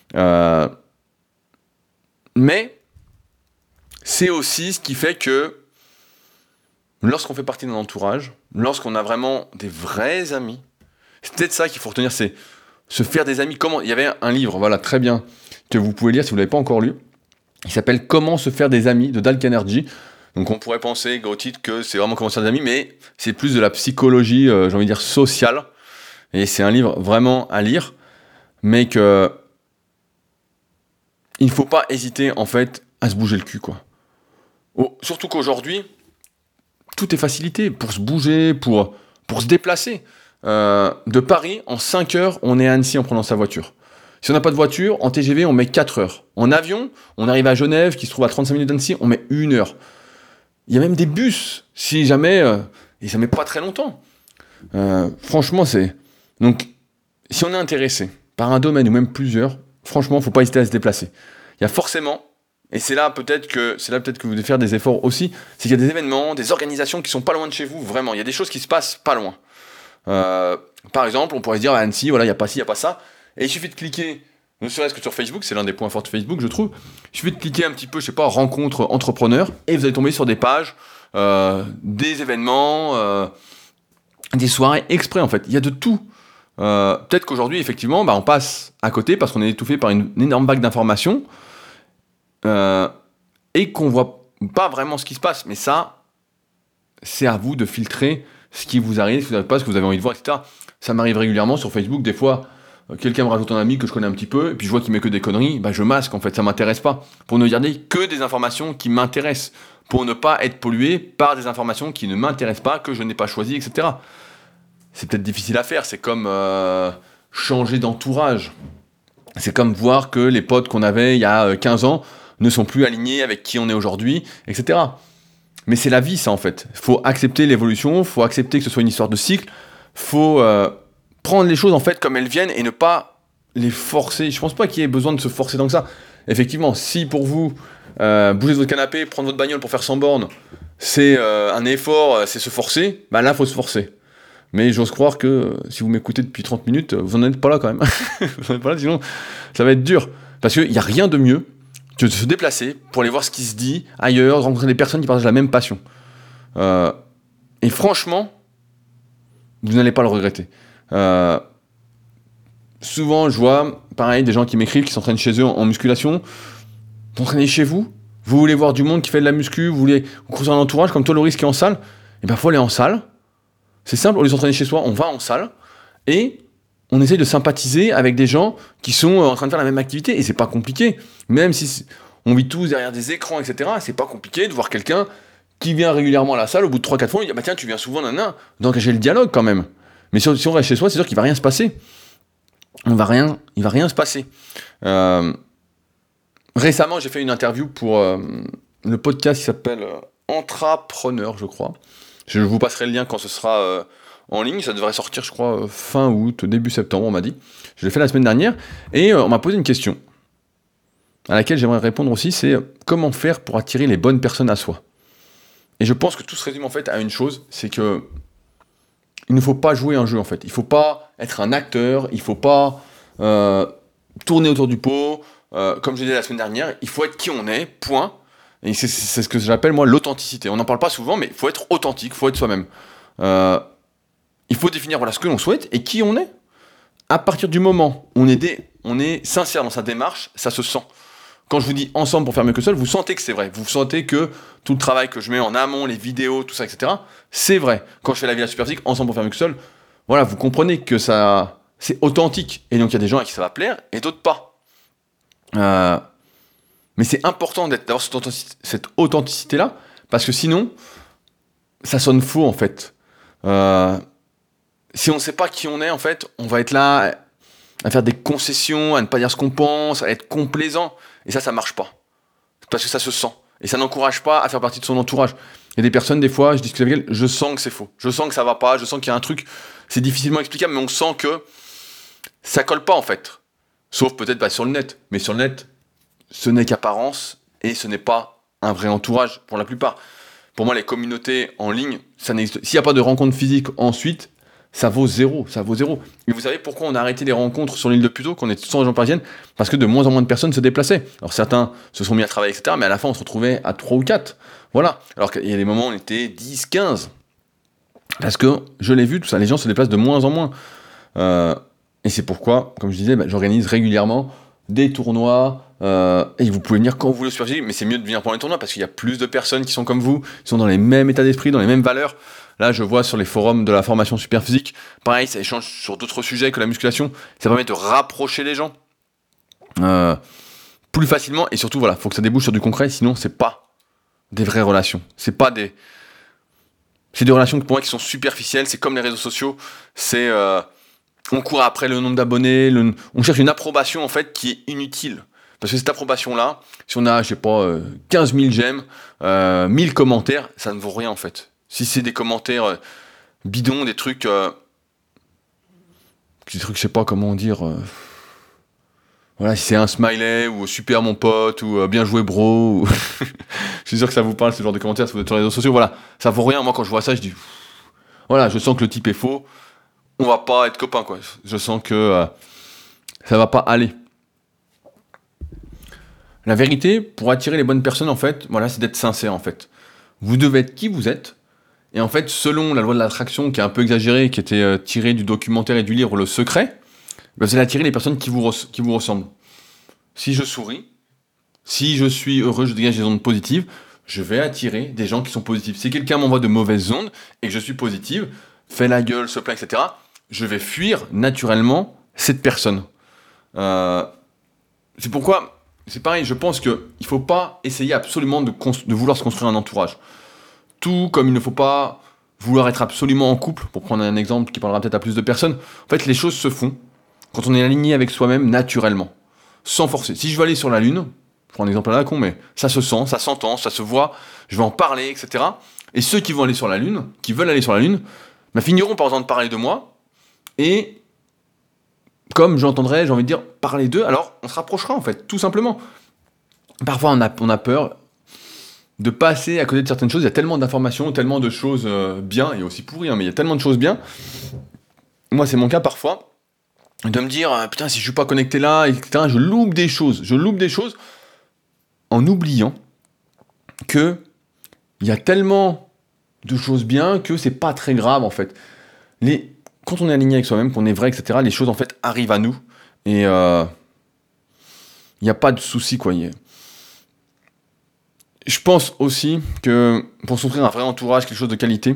Mais c'est aussi ce qui fait que lorsqu'on fait partie d'un entourage, lorsqu'on a vraiment des vrais amis, c'est peut-être ça qu'il faut retenir, c'est se faire des amis. Comment... Il y avait un livre, voilà, très bien, que vous pouvez lire si vous ne l'avez pas encore lu. Il s'appelle Comment se faire des amis de Dale Carnegie. Donc on pourrait penser, gros titre, que c'est vraiment comment se faire des amis, mais c'est plus de la psychologie, j'ai envie de dire, sociale. Et c'est un livre vraiment à lire, mais que il ne faut pas hésiter, en fait, à se bouger le cul, quoi. Surtout qu'aujourd'hui, tout est facilité pour se bouger, pour se déplacer. De Paris, en 5 heures, on est à Annecy en prenant sa voiture. Si on n'a pas de voiture, en TGV, on met 4 heures. En avion, on arrive à Genève, qui se trouve à 35 minutes d'Annecy, on met 1 heure. Il y a même des bus, si jamais... et ça met pas très longtemps. Franchement, c'est... Donc, si on est intéressé par un domaine ou même plusieurs, franchement, il ne faut pas hésiter à se déplacer. Il y a forcément... Et c'est là peut-être que vous devez faire des efforts aussi, c'est qu'il y a des événements, des organisations qui sont pas loin de chez vous, vraiment. Il y a des choses qui se passent pas loin. Par exemple, on pourrait se dire à Annecy, voilà, il n'y a pas ci, il n'y a pas ça. Et il suffit de cliquer, ne serait-ce que sur Facebook, c'est l'un des points forts de Facebook, je trouve. Il suffit de cliquer un petit peu, je sais pas, rencontre entrepreneurs, et vous allez tomber sur des pages, des événements, des soirées exprès en fait. Il y a de tout. Peut-être qu'aujourd'hui, effectivement, on passe à côté parce qu'on est étouffé par une énorme vague d'informations. Et qu'on voit pas vraiment ce qui se passe, mais ça, c'est à vous de filtrer ce qui vous arrive, ce qui vous arrive pas, ce que vous avez envie de voir, etc. Ça m'arrive régulièrement sur Facebook, des fois, quelqu'un me rajoute un ami que je connais un petit peu, et puis je vois qu'il met que des conneries, je masque en fait, ça m'intéresse pas, pour ne garder que des informations qui m'intéressent, pour ne pas être pollué par des informations qui ne m'intéressent pas, que je n'ai pas choisies, etc. C'est peut-être difficile à faire, c'est comme changer d'entourage. C'est comme voir que les potes qu'on avait il y a 15 ans ne sont plus alignés avec qui on est aujourd'hui, etc. Mais c'est la vie, ça, en fait. Il faut accepter l'évolution, il faut accepter que ce soit une histoire de cycle, il faut prendre les choses, en fait, comme elles viennent et ne pas les forcer. Je pense pas qu'il y ait besoin de se forcer tant que ça. Effectivement, si pour vous, bouger de votre canapé, prendre votre bagnole pour faire 100 bornes, c'est un effort, c'est se forcer, là, il faut se forcer. Mais j'ose croire que si vous m'écoutez depuis 30 minutes, vous n'en êtes pas là quand même. Vous n'en êtes pas là, sinon ça va être dur. Parce qu'il n'y a rien de mieux que de se déplacer pour aller voir ce qui se dit ailleurs, de rencontrer des personnes qui partagent la même passion. Et franchement, vous n'allez pas le regretter. Souvent, je vois, pareil, des gens qui m'écrivent, qui s'entraînent chez eux en musculation. Vous entraînez chez vous, vous voulez voir du monde qui fait de la muscu, vous voulez vous croiser un entourage, comme toi, Loris, qui est en salle, et il faut aller en salle. C'est simple, au lieu de s'entraîner chez soi, on va en salle, et on essaye de sympathiser avec des gens qui sont en train de faire la même activité, et c'est pas compliqué. Même si on vit tous derrière des écrans, etc., c'est pas compliqué de voir quelqu'un qui vient régulièrement à la salle, au bout de 3-4 fois, on lui dit « tiens, tu viens souvent, nanana », d'engager le dialogue quand même. Mais si on reste chez soi, c'est sûr qu'il va rien se passer. Il va rien se passer. Récemment, j'ai fait une interview pour le podcast qui s'appelle Entrepreneur, je crois. Je vous passerai le lien quand ce sera en ligne. Ça devrait sortir, je crois, fin août, début septembre, on m'a dit. Je l'ai fait la semaine dernière. Et on m'a posé une question à laquelle j'aimerais répondre aussi, c'est comment faire pour attirer les bonnes personnes à soi. Et je pense que tout se résume en fait à une chose, c'est que il ne faut pas jouer un jeu en fait. Il ne faut pas être un acteur, il ne faut pas tourner autour du pot. Comme je disais la semaine dernière, il faut être qui on est, point. Et c'est ce que j'appelle moi l'authenticité. On n'en parle pas souvent, mais il faut être authentique, il faut être soi-même. Il faut définir voilà, ce que l'on souhaite et qui on est. À partir du moment où on est sincère dans sa démarche, ça se sent. Quand je vous dis ensemble pour faire mieux que seul, vous sentez que c'est vrai. Vous sentez que tout le travail que je mets en amont, les vidéos, tout ça, etc., c'est vrai. Quand je fais la Villa Superphysique, ensemble pour faire mieux que seul, voilà, vous comprenez que ça, c'est authentique. Et donc il y a des gens à qui ça va plaire et d'autres pas. Mais c'est important d'avoir cette authenticité-là, parce que sinon, ça sonne faux, en fait. Si on ne sait pas qui on est, en fait, on va être là à faire des concessions, à ne pas dire ce qu'on pense, à être complaisant. Et ça marche pas. Parce que ça se sent. Et ça n'encourage pas à faire partie de son entourage. Il y a des personnes, des fois, je discute avec elles, je sens que c'est faux. Je sens que ça va pas, je sens qu'il y a un truc, c'est difficilement explicable, mais on sent que ça colle pas, en fait. Sauf peut-être sur le net. Mais sur le net, ce n'est qu'apparence, et ce n'est pas un vrai entourage, pour la plupart. Pour moi, les communautés en ligne, ça n'existe. S'il n'y a pas de rencontre physique ensuite, ça vaut zéro. Et vous savez pourquoi on a arrêté les rencontres sur l'île de Puteaux, qu'on est tous en région parisienne? Parce que de moins en moins de personnes se déplaçaient. Alors certains se sont mis à travailler, etc., mais à la fin, on se retrouvait à 3 ou 4. Voilà. Alors qu'il y a des moments où on était 10, 15. Parce que, je l'ai vu, tout ça, les gens se déplacent de moins en moins. Et c'est pourquoi, comme je disais, j'organise régulièrement des tournois, et vous pouvez venir quand vous voulez sur Super, mais c'est mieux de venir pendant les tournois parce qu'il y a plus de personnes qui sont comme vous, qui sont dans les mêmes états d'esprit, dans les mêmes valeurs. Là, je vois sur les forums de la formation super physique, pareil, ça échange sur d'autres sujets que la musculation, ça permet de rapprocher les gens plus facilement, et surtout, voilà, faut que ça débouche sur du concret, sinon c'est pas des vraies relations, c'est des relations pour moi qui sont superficielles, c'est comme les réseaux sociaux, c'est on court après le nombre d'abonnés, on cherche une approbation en fait qui est inutile. Parce que cette approbation-là, si on a, 15 000 j'aime, 1000 commentaires, ça ne vaut rien en fait. Si c'est des commentaires bidons, des trucs, je sais pas comment dire, voilà, si c'est un smiley, ou super mon pote, ou bien joué bro, ou je suis sûr que ça vous parle ce genre de commentaires si vous êtes sur les réseaux sociaux, voilà, ça vaut rien. Moi quand je vois ça, je dis, voilà, je sens que le type est faux, on va pas être copains quoi. Je sens que ça va pas aller. La vérité, pour attirer les bonnes personnes, en fait, voilà, c'est d'être sincère, en fait. Vous devez être qui vous êtes. Et en fait, selon la loi de l'attraction, qui est un peu exagérée, qui était tirée du documentaire et du livre Le Secret, vous allez attirer les personnes qui vous ressemblent. Si je souris, si je suis heureux, je dégage des ondes positives, je vais attirer des gens qui sont positifs. Si quelqu'un m'envoie de mauvaises ondes et que je suis positive, fait la gueule, se plaint, etc., je vais fuir naturellement cette personne. C'est pourquoi... C'est pareil, je pense qu'il ne faut pas essayer absolument de vouloir se construire un entourage. Tout comme il ne faut pas vouloir être absolument en couple, pour prendre un exemple qui parlera peut-être à plus de personnes. En fait, les choses se font quand on est aligné avec soi-même naturellement, sans forcer. Si je veux aller sur la Lune, je prends un exemple à la con, mais ça se sent, ça s'entend, ça se voit, je vais en parler, etc. Et ceux qui vont aller sur la Lune, qui veulent aller sur la Lune, finiront par entendre parler de moi, et comme j'entendrai, j'ai envie de dire, parler d'eux, alors on se rapprochera en fait, tout simplement. Parfois on a peur de passer à côté de certaines choses, il y a tellement d'informations, tellement de choses bien, et aussi pourries, hein, mais il y a tellement de choses bien. Moi c'est mon cas parfois, de me dire, putain si je suis pas connecté là, etc., je loupe des choses en oubliant que il y a tellement de choses bien que c'est pas très grave en fait. Quand on est aligné avec soi-même, qu'on est vrai, etc., les choses en fait arrivent à nous. Et il n'y a pas de souci, quoi. Je pense aussi que pour s'offrir un vrai entourage, quelque chose de qualité,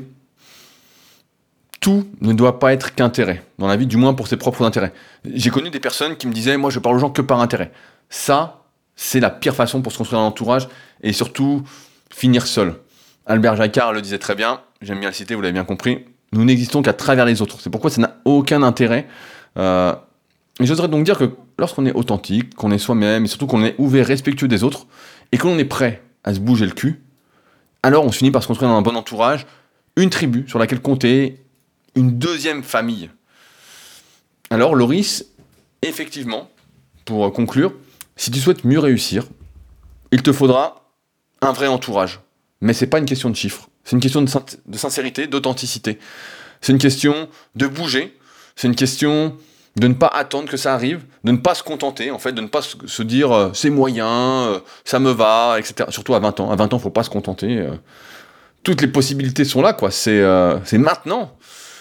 tout ne doit pas être qu'intérêt, dans la vie, du moins pour ses propres intérêts. J'ai connu des personnes qui me disaient, moi je parle aux gens que par intérêt. Ça, c'est la pire façon pour se construire un entourage, et surtout, finir seul. Albert Jacquard le disait très bien, j'aime bien le citer, vous l'avez bien compris, nous n'existons qu'à travers les autres. C'est pourquoi ça n'a aucun intérêt. Et j'oserais donc dire que lorsqu'on est authentique, qu'on est soi-même, et surtout qu'on est ouvert, respectueux des autres, et qu'on est prêt à se bouger le cul, alors on se finit par se construire dans un bon entourage, une tribu sur laquelle compter, une deuxième famille. Alors Loris, effectivement, pour conclure, si tu souhaites mieux réussir, il te faudra un vrai entourage. Mais c'est pas une question de chiffres, c'est une question de sincérité, d'authenticité. C'est une question de bouger, c'est une question de ne pas attendre que ça arrive, de ne pas se contenter, en fait, de ne pas se dire c'est moyen, ça me va, etc. Surtout à 20 ans. À 20 ans, faut pas se contenter. Toutes les possibilités sont là, quoi. C'est maintenant.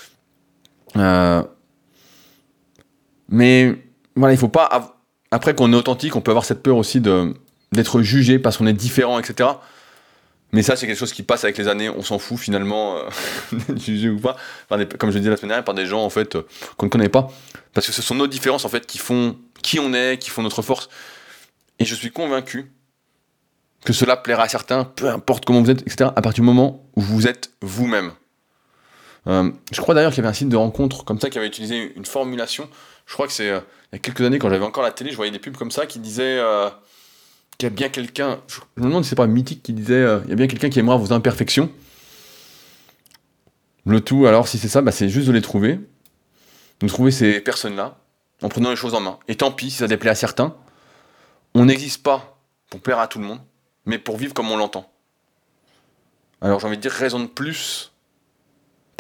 Mais voilà, il faut pas. Après qu'on est authentique, on peut avoir cette peur aussi d'être jugé parce qu'on est différent, etc. Mais ça, c'est quelque chose qui passe avec les années, on s'en fout finalement, d'être jugé ou pas, comme je le disais la semaine dernière, par des gens en fait qu'on ne connaît pas. Parce que ce sont nos différences en fait qui font qui on est, qui font notre force. Et je suis convaincu que cela plaira à certains, peu importe comment vous êtes, etc., à partir du moment où vous êtes vous-même. Je crois d'ailleurs qu'il y avait un site de rencontre comme ça qui avait utilisé une formulation. Je crois que c'est il y a quelques années, quand j'avais encore la télé, je voyais des pubs comme ça qui disaient qu'il y a bien quelqu'un, je me demande si c'est pas Mythique qui disait il y a bien quelqu'un qui aimera vos imperfections. Le tout, alors si c'est ça, c'est juste de les trouver, de trouver ces personnes-là, en prenant les choses en main. Et tant pis si ça déplaît à certains, on n'existe pas pour plaire à tout le monde, mais pour vivre comme on l'entend. Alors j'ai envie de dire raison de plus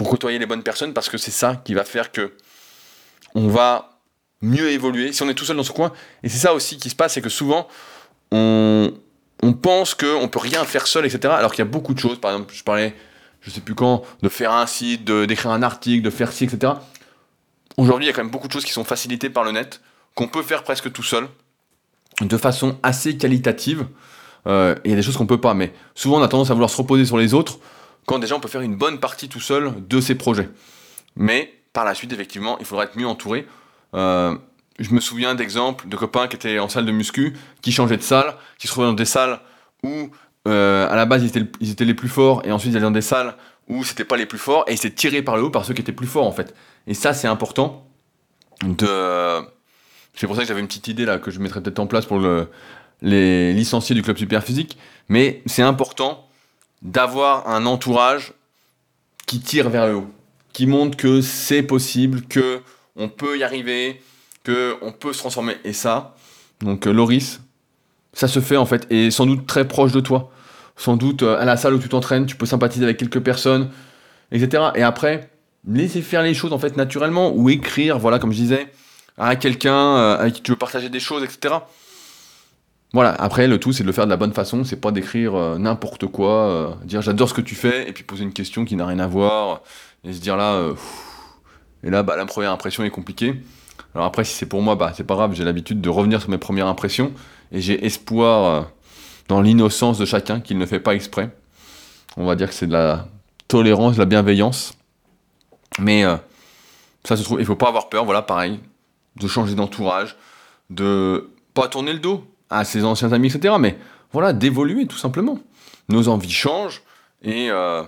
pour côtoyer les bonnes personnes, parce que c'est ça qui va faire que on va mieux évoluer si on est tout seul dans son coin. Et c'est ça aussi qui se passe, c'est que souvent, on pense qu'on peut rien faire seul, etc. Alors qu'il y a beaucoup de choses. Par exemple, je parlais, je sais plus quand, de faire un site, d'écrire un article, de faire ci, etc. Aujourd'hui, il y a quand même beaucoup de choses qui sont facilitées par le net, qu'on peut faire presque tout seul, de façon assez qualitative. Et il y a des choses qu'on peut pas, mais souvent on a tendance à vouloir se reposer sur les autres, quand déjà on peut faire une bonne partie tout seul de ses projets. Mais par la suite, effectivement, il faudra être mieux entouré. Je me souviens d'exemples de copains qui étaient en salle de muscu, qui changeaient de salle, qui se trouvaient dans des salles où à la base ils étaient les plus forts, et ensuite ils allaient dans des salles où c'était pas les plus forts, et ils s'étaient tirés par le haut par ceux qui étaient plus forts en fait. Et ça c'est important de... C'est pour ça que j'avais une petite idée là que je mettrais peut-être en place pour les licenciés du club Superphysique, mais c'est important d'avoir un entourage qui tire vers le haut, qui montre que c'est possible, que on peut y arriver, que on peut se transformer. Et ça, donc Loris, ça se fait en fait, et sans doute très proche de toi. Sans doute à la salle où tu t'entraînes, tu peux sympathiser avec quelques personnes, etc. Et après, laisser faire les choses en fait naturellement, ou écrire, voilà, comme je disais, à quelqu'un avec qui tu veux partager des choses, etc. Voilà, après le tout c'est de le faire de la bonne façon, c'est pas d'écrire n'importe quoi, dire j'adore ce que tu fais, et puis poser une question qui n'a rien à voir, et se dire là, et là bah, la première impression est compliquée. Alors après si c'est pour moi, bah c'est pas grave, j'ai l'habitude de revenir sur mes premières impressions, et j'ai espoir dans l'innocence de chacun qu'il ne fait pas exprès. On va dire que c'est de la tolérance, de la bienveillance, mais ça se trouve, il faut pas avoir peur, voilà pareil, de changer d'entourage, de pas tourner le dos à ses anciens amis, etc. Mais voilà, d'évoluer tout simplement. Nos envies changent et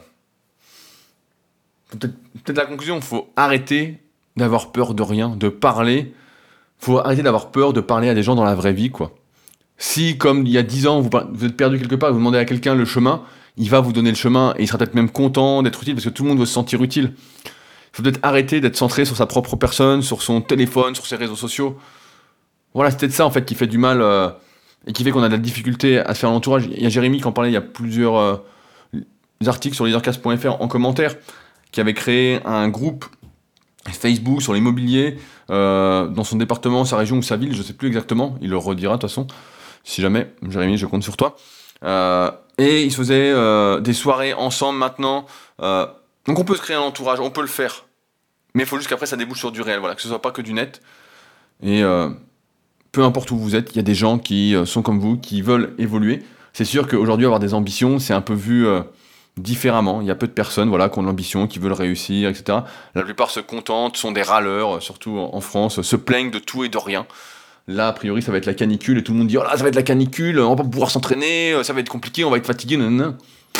peut-être la conclusion, il faut arrêter d'avoir peur de rien, de parler. Il faut arrêter d'avoir peur de parler à des gens dans la vraie vie, quoi. Si, comme il y a 10 ans, vous êtes perdu quelque part et vous demandez à quelqu'un le chemin, il va vous donner le chemin et il sera peut-être même content d'être utile parce que tout le monde veut se sentir utile. Il faut peut-être arrêter d'être centré sur sa propre personne, sur son téléphone, sur ses réseaux sociaux. Voilà, c'est peut-être ça en fait qui fait du mal et qui fait qu'on a de la difficulté à se faire l'entourage. Il y a Jérémy qui en parlait, il y a plusieurs articles sur leadercast.fr en commentaire, qui avait créé un groupe Facebook sur l'immobilier dans son département, sa région ou sa ville, je sais plus exactement, il le redira de toute façon, si jamais, Jérémy, je compte sur toi. Et ils se faisaient des soirées ensemble maintenant. Donc on peut se créer un entourage, on peut le faire. Mais il faut juste qu'après ça débouche sur du réel, voilà, que ce soit pas que du net. Et peu importe où vous êtes, il y a des gens qui sont comme vous, qui veulent évoluer. C'est sûr qu'aujourd'hui, avoir des ambitions, c'est un peu vu différemment. Il y a peu de personnes voilà, qui ont de l'ambition, qui veulent réussir, etc. La plupart se contentent, sont des râleurs, surtout en France, se plaignent de tout et de rien. Là, a priori, ça va être la canicule, et tout le monde dit « Oh là, ça va être la canicule, on va pas pouvoir s'entraîner, ça va être compliqué, on va être fatigué, nanana. »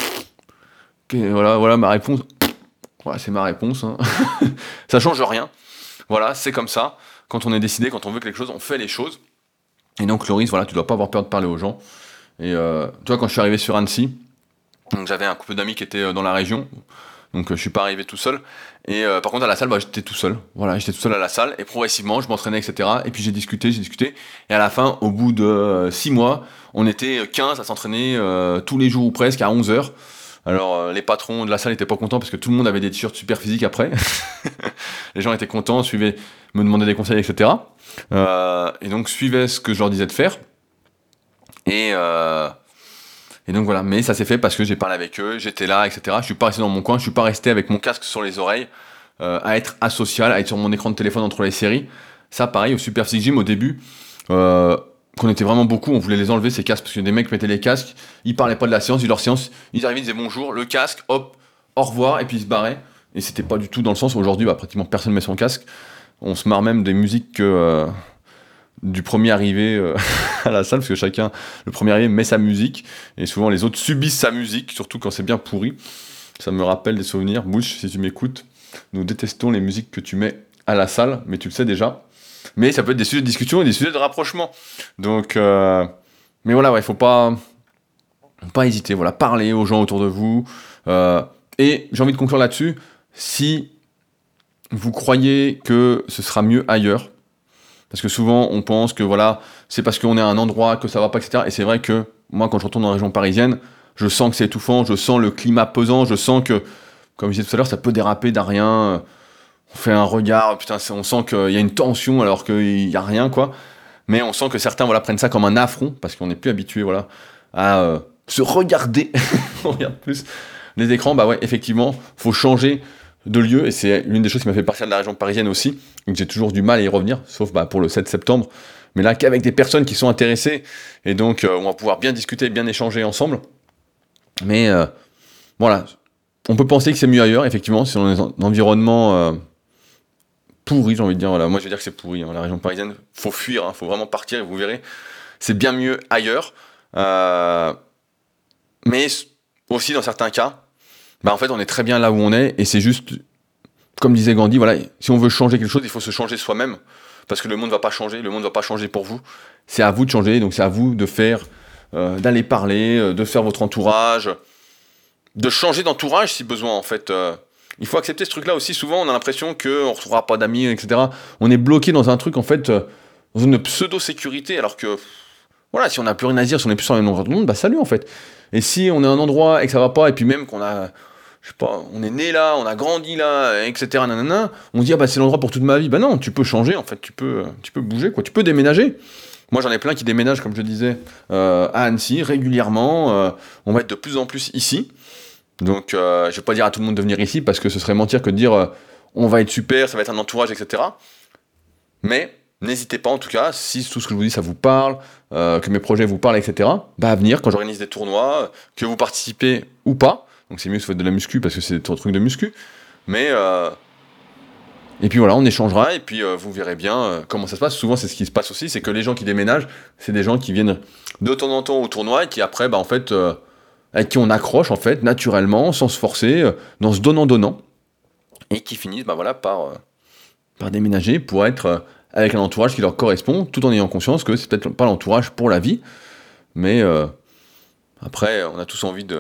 Ok, voilà ma réponse. Voilà, c'est ma réponse. Hein. Ça change rien. Voilà, c'est comme ça. Quand on est décidé, quand on veut quelque chose, on fait les choses. Et donc, Loris, voilà, tu dois pas avoir peur de parler aux gens. Et tu vois, quand je suis arrivé sur Annecy, donc j'avais un couple d'amis qui étaient dans la région, donc je suis pas arrivé tout seul. Et par contre, à la salle, bah, j'étais tout seul. Voilà, j'étais tout seul à la salle, et progressivement, je m'entraînais, etc. Et puis j'ai discuté. Et à la fin, au bout de 6 mois, on était 15 à s'entraîner tous les jours ou presque, à 11h. Alors, les patrons de la salle étaient pas contents parce que tout le monde avait des t-shirts super physiques après. Les gens étaient contents, me demandaient des conseils, etc. Et donc, suivaient ce que je leur disais de faire. Et donc voilà. Mais ça s'est fait parce que j'ai parlé avec eux, j'étais là, etc. Je suis pas resté dans mon coin, je suis pas resté avec mon casque sur les oreilles, à être asocial, à être sur mon écran de téléphone entre les séries. Ça, pareil, au Super Physique Gym, au début, qu'on était vraiment beaucoup, on voulait les enlever ces casques, parce que des mecs mettaient les casques, ils parlaient pas de la séance, de leur séance, ils arrivaient, ils disaient bonjour, le casque, hop, au revoir, et puis ils se barraient. Et c'était pas du tout dans le sens où aujourd'hui, bah, pratiquement personne met son casque. On se marre même des musiques que du premier arrivé à la salle, parce que chacun, le premier arrivé met sa musique, et souvent les autres subissent sa musique, surtout quand c'est bien pourri. Ça me rappelle des souvenirs. Bush, si tu m'écoutes, nous détestons les musiques que tu mets à la salle, mais tu le sais déjà. Mais ça peut être des sujets de discussion et des sujets de rapprochement. Donc, mais voilà, ouais, faut pas hésiter. Voilà, parler aux gens autour de vous. Et j'ai envie de conclure là-dessus. Si vous croyez que ce sera mieux ailleurs, parce que souvent on pense que voilà, c'est parce qu'on est à un endroit que ça va pas, etc. Et c'est vrai que moi, quand je retourne dans la région parisienne, je sens que c'est étouffant, je sens le climat pesant, je sens que comme je disais tout à l'heure, ça peut déraper d'un rien. On fait un regard, putain, on sent qu'il y a une tension alors qu'il n'y a rien, quoi. Mais on sent que certains prennent ça comme un affront, parce qu'on n'est plus habitué à se regarder. On regarde plus les écrans. Bah ouais, effectivement, faut changer de lieu, et c'est l'une des choses qui m'a fait partir de la région parisienne aussi, donc j'ai toujours du mal à y revenir, sauf pour le 7 septembre. Mais là, qu'avec des personnes qui sont intéressées, et donc on va pouvoir bien discuter, bien échanger ensemble. Mais voilà, on peut penser que c'est mieux ailleurs, effectivement, si on est dans un environnement pourri, j'ai envie de dire. Voilà. Moi, je vais dire que c'est pourri. La région parisienne, faut fuir, faut vraiment partir, et vous verrez, c'est bien mieux ailleurs. Mais aussi, dans certains cas, en fait, on est très bien là où on est, et c'est juste, comme disait Gandhi, voilà, si on veut changer quelque chose, il faut se changer soi-même, parce que le monde ne va pas changer, le monde ne va pas changer pour vous. C'est à vous de changer, donc c'est à vous de faire, d'aller parler, de faire votre entourage, de changer d'entourage si besoin, en fait. Il faut accepter ce truc-là aussi. Souvent, on a l'impression qu'on ne retrouvera pas d'amis, etc. On est bloqué dans un truc, en fait, dans une pseudo-sécurité, alors que, voilà, si on n'a plus rien à dire, si on n'est plus sur le même endroit du monde, salut, en fait. Et si on est à un endroit et que ça va pas, et puis même qu'on a, je sais pas, on est né là, on a grandi là, etc., nanana, on dit, c'est l'endroit pour toute ma vie. Non, tu peux changer, en fait, tu peux bouger, quoi. Tu peux déménager. Moi, j'en ai plein qui déménagent, comme je disais, à Annecy, régulièrement. On va être de plus en plus ici. Donc, je vais pas dire à tout le monde de venir ici, parce que ce serait mentir que de dire on va être super, ça va être un entourage, etc. Mais n'hésitez pas, en tout cas, si tout ce que je vous dis ça vous parle, que mes projets vous parlent, etc., à venir quand j'organise des tournois, que vous participez ou pas. Donc c'est mieux si vous faites de la muscu, parce que c'est ton truc de muscu. Mais et puis voilà, on échangera, et puis vous verrez bien comment ça se passe. Souvent, c'est ce qui se passe aussi, c'est que les gens qui déménagent, c'est des gens qui viennent de temps en temps au tournoi, et qui après, en fait, avec qui on accroche, en fait, naturellement, sans se forcer, dans ce donnant-donnant, et qui finissent par déménager pour être avec un entourage qui leur correspond, tout en ayant conscience que c'est peut-être pas l'entourage pour la vie, mais après, on a tous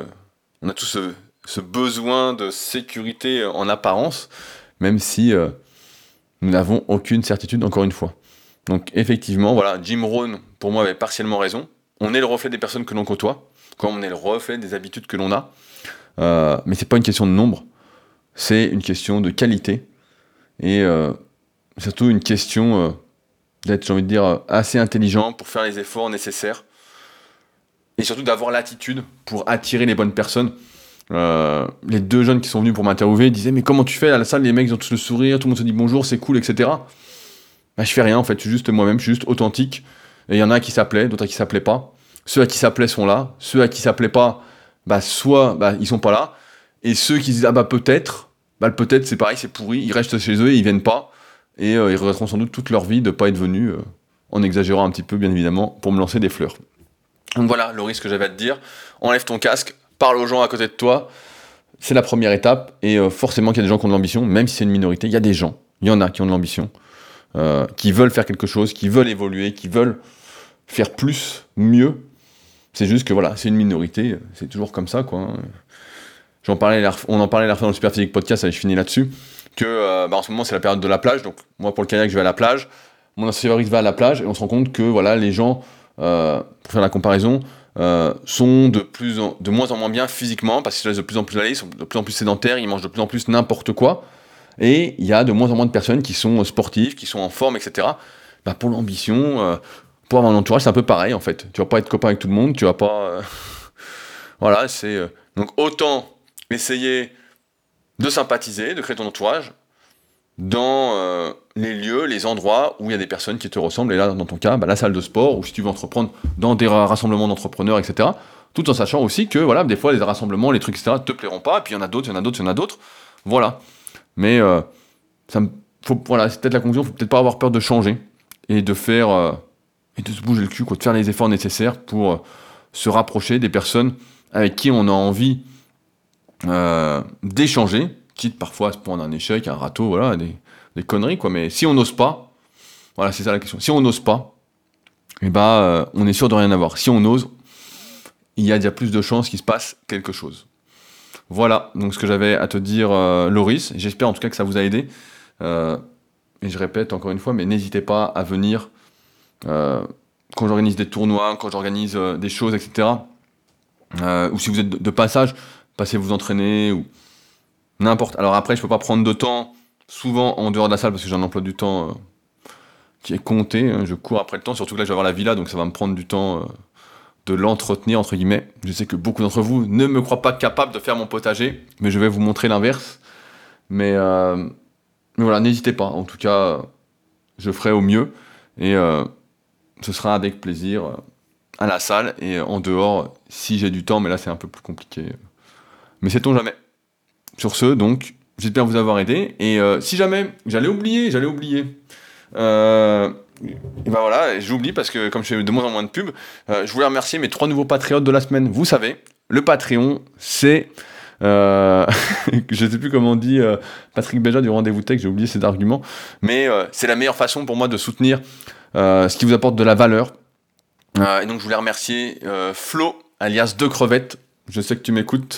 ce besoin de sécurité en apparence, même si nous n'avons aucune certitude, encore une fois. Donc effectivement, voilà, Jim Rohn, pour moi, avait partiellement raison. On est le reflet des personnes que l'on côtoie, comme on est le reflet des habitudes que l'on a. Mais c'est pas une question de nombre, c'est une question de qualité, et surtout une question d'être, j'ai envie de dire, assez intelligent pour faire les efforts nécessaires, et surtout d'avoir l'attitude pour attirer les bonnes personnes. Les deux jeunes qui sont venus pour m'interviewer disaient, mais comment tu fais à la salle, les mecs ils ont tous le sourire, tout le monde se dit bonjour, c'est cool, etc. Je fais rien, en fait, je suis juste moi-même, je suis juste authentique, et il y en a qui s'appelaient, d'autres à qui s'appelaient pas. Ceux à qui s'appelaient sont là, ceux à qui s'appelaient pas, soit ils sont pas là, et ceux qui disent peut-être, le peut-être c'est pareil, c'est pourri, ils restent chez eux, ils viennent pas, et ils regretteront sans doute toute leur vie de pas être venus, en exagérant un petit peu bien évidemment, pour me lancer des fleurs. Donc voilà, Laurie, ce que j'avais à te dire, enlève ton casque, parle aux gens à côté de toi, c'est la première étape, et forcément qu'il y a des gens qui ont de l'ambition, même si c'est une minorité, il y en a qui ont de l'ambition, qui veulent faire quelque chose, qui veulent évoluer, qui veulent faire plus, mieux. C'est juste que voilà, c'est une minorité, c'est toujours comme ça, quoi. On en parlait la dernière fois dans le Superphysique Podcast, allez, je finis là-dessus, que en ce moment c'est la période de la plage, donc moi pour le kayak je vais à la plage, mon associé Fabrice va à la plage, et on se rend compte que voilà, les gens, pour faire la comparaison, sont de moins en moins bien physiquement, parce qu'ils se laissent de plus en plus aller, ils sont de plus en plus sédentaires, ils mangent de plus en plus n'importe quoi, et il y a de moins en moins de personnes qui sont sportives, qui sont en forme, etc. Pour l'ambition, pour avoir un entourage, c'est un peu pareil en fait. Tu vas pas être copain avec tout le monde, tu vas pas... Voilà, c'est... Donc autant essayer de sympathiser, de créer ton entourage dans les lieux, les endroits où il y a des personnes qui te ressemblent, et là dans ton cas, la salle de sport, ou si tu veux entreprendre dans des rassemblements d'entrepreneurs, etc. Tout en sachant aussi que voilà, des fois les rassemblements, les trucs, etc. te plairont pas, et puis il y en a d'autres, voilà. Mais c'est peut-être la conclusion, faut peut-être pas avoir peur de changer, et de faire... et de se bouger le cul, de faire les efforts nécessaires pour se rapprocher des personnes avec qui on a envie d'échanger, quitte parfois à se prendre un échec, un râteau, voilà, des conneries, quoi. Mais si on n'ose pas, voilà, c'est ça la question. Si on n'ose pas, on est sûr de rien avoir. Si on ose, il y a déjà plus de chances qu'il se passe quelque chose. Voilà, donc ce que j'avais à te dire, Loris. J'espère en tout cas que ça vous a aidé. Et je répète encore une fois, mais n'hésitez pas à venir quand j'organise des tournois, quand j'organise des choses, etc. Ou si vous êtes de passage, passez vous entraîner, ou n'importe. Alors après, je peux pas prendre de temps souvent en dehors de la salle parce que j'ai un emploi du temps qui est compté. Hein. Je cours après le temps, surtout que là, je vais avoir la villa, donc ça va me prendre du temps de l'entretenir, entre guillemets. Je sais que beaucoup d'entre vous ne me croient pas capable de faire mon potager, mais je vais vous montrer l'inverse. Mais voilà, n'hésitez pas. En tout cas, je ferai au mieux. Et ce sera avec plaisir à la salle et en dehors, si j'ai du temps, mais là, c'est un peu plus compliqué. Mais sait-on jamais. Sur ce, donc, j'espère vous avoir aidé. Et si jamais, j'allais oublier. Et ben voilà, j'oublie parce que comme je fais de moins en moins de pubs, je voulais remercier mes 3 nouveaux patriotes de la semaine. Vous savez, le Patreon, c'est... je sais plus comment on dit Patrick Béja du Rendez-vous Tech, j'ai oublié cet argument, mais c'est la meilleure façon pour moi de soutenir ce qui vous apporte de la valeur. Et donc je voulais remercier Flo, alias Deux Crevettes. Je sais que tu m'écoutes.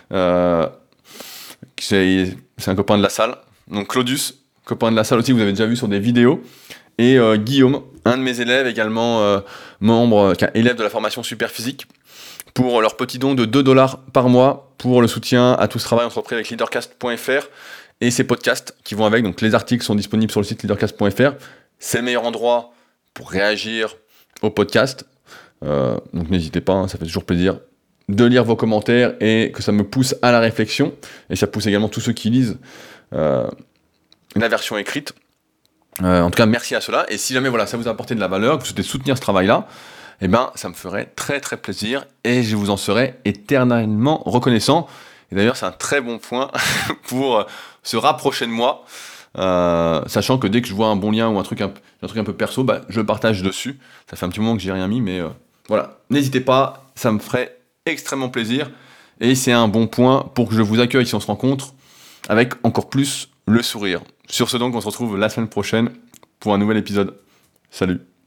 C'est un copain de la salle. Donc Claudius, copain de la salle aussi, vous avez déjà vu sur des vidéos. Et Guillaume, un de mes élèves, également membre, élève de la formation Superphysique, pour leur petit don de 2$ par mois pour le soutien à tout ce travail entrepris avec leadercast.fr et ces podcasts qui vont avec. Donc les articles sont disponibles sur le site leadercast.fr. C'est le meilleur endroit pour réagir au podcast. Donc n'hésitez pas, hein, ça fait toujours plaisir de lire vos commentaires et que ça me pousse à la réflexion. Et ça pousse également tous ceux qui lisent la version écrite. En tout cas, merci à cela. Et si jamais voilà, ça vous a apporté de la valeur, que vous souhaitez soutenir ce travail-là, eh ben, ça me ferait très très plaisir et je vous en serai éternellement reconnaissant. Et d'ailleurs, c'est un très bon point pour se rapprocher de moi, sachant que dès que je vois un bon lien ou un truc un peu perso, bah, je le partage dessus. Ça fait un petit moment que j'ai rien mis, mais voilà. N'hésitez pas, ça me ferait extrêmement plaisir. Et c'est un bon point pour que je vous accueille si on se rencontre avec encore plus le sourire. Sur ce donc, on se retrouve la semaine prochaine pour un nouvel épisode. Salut!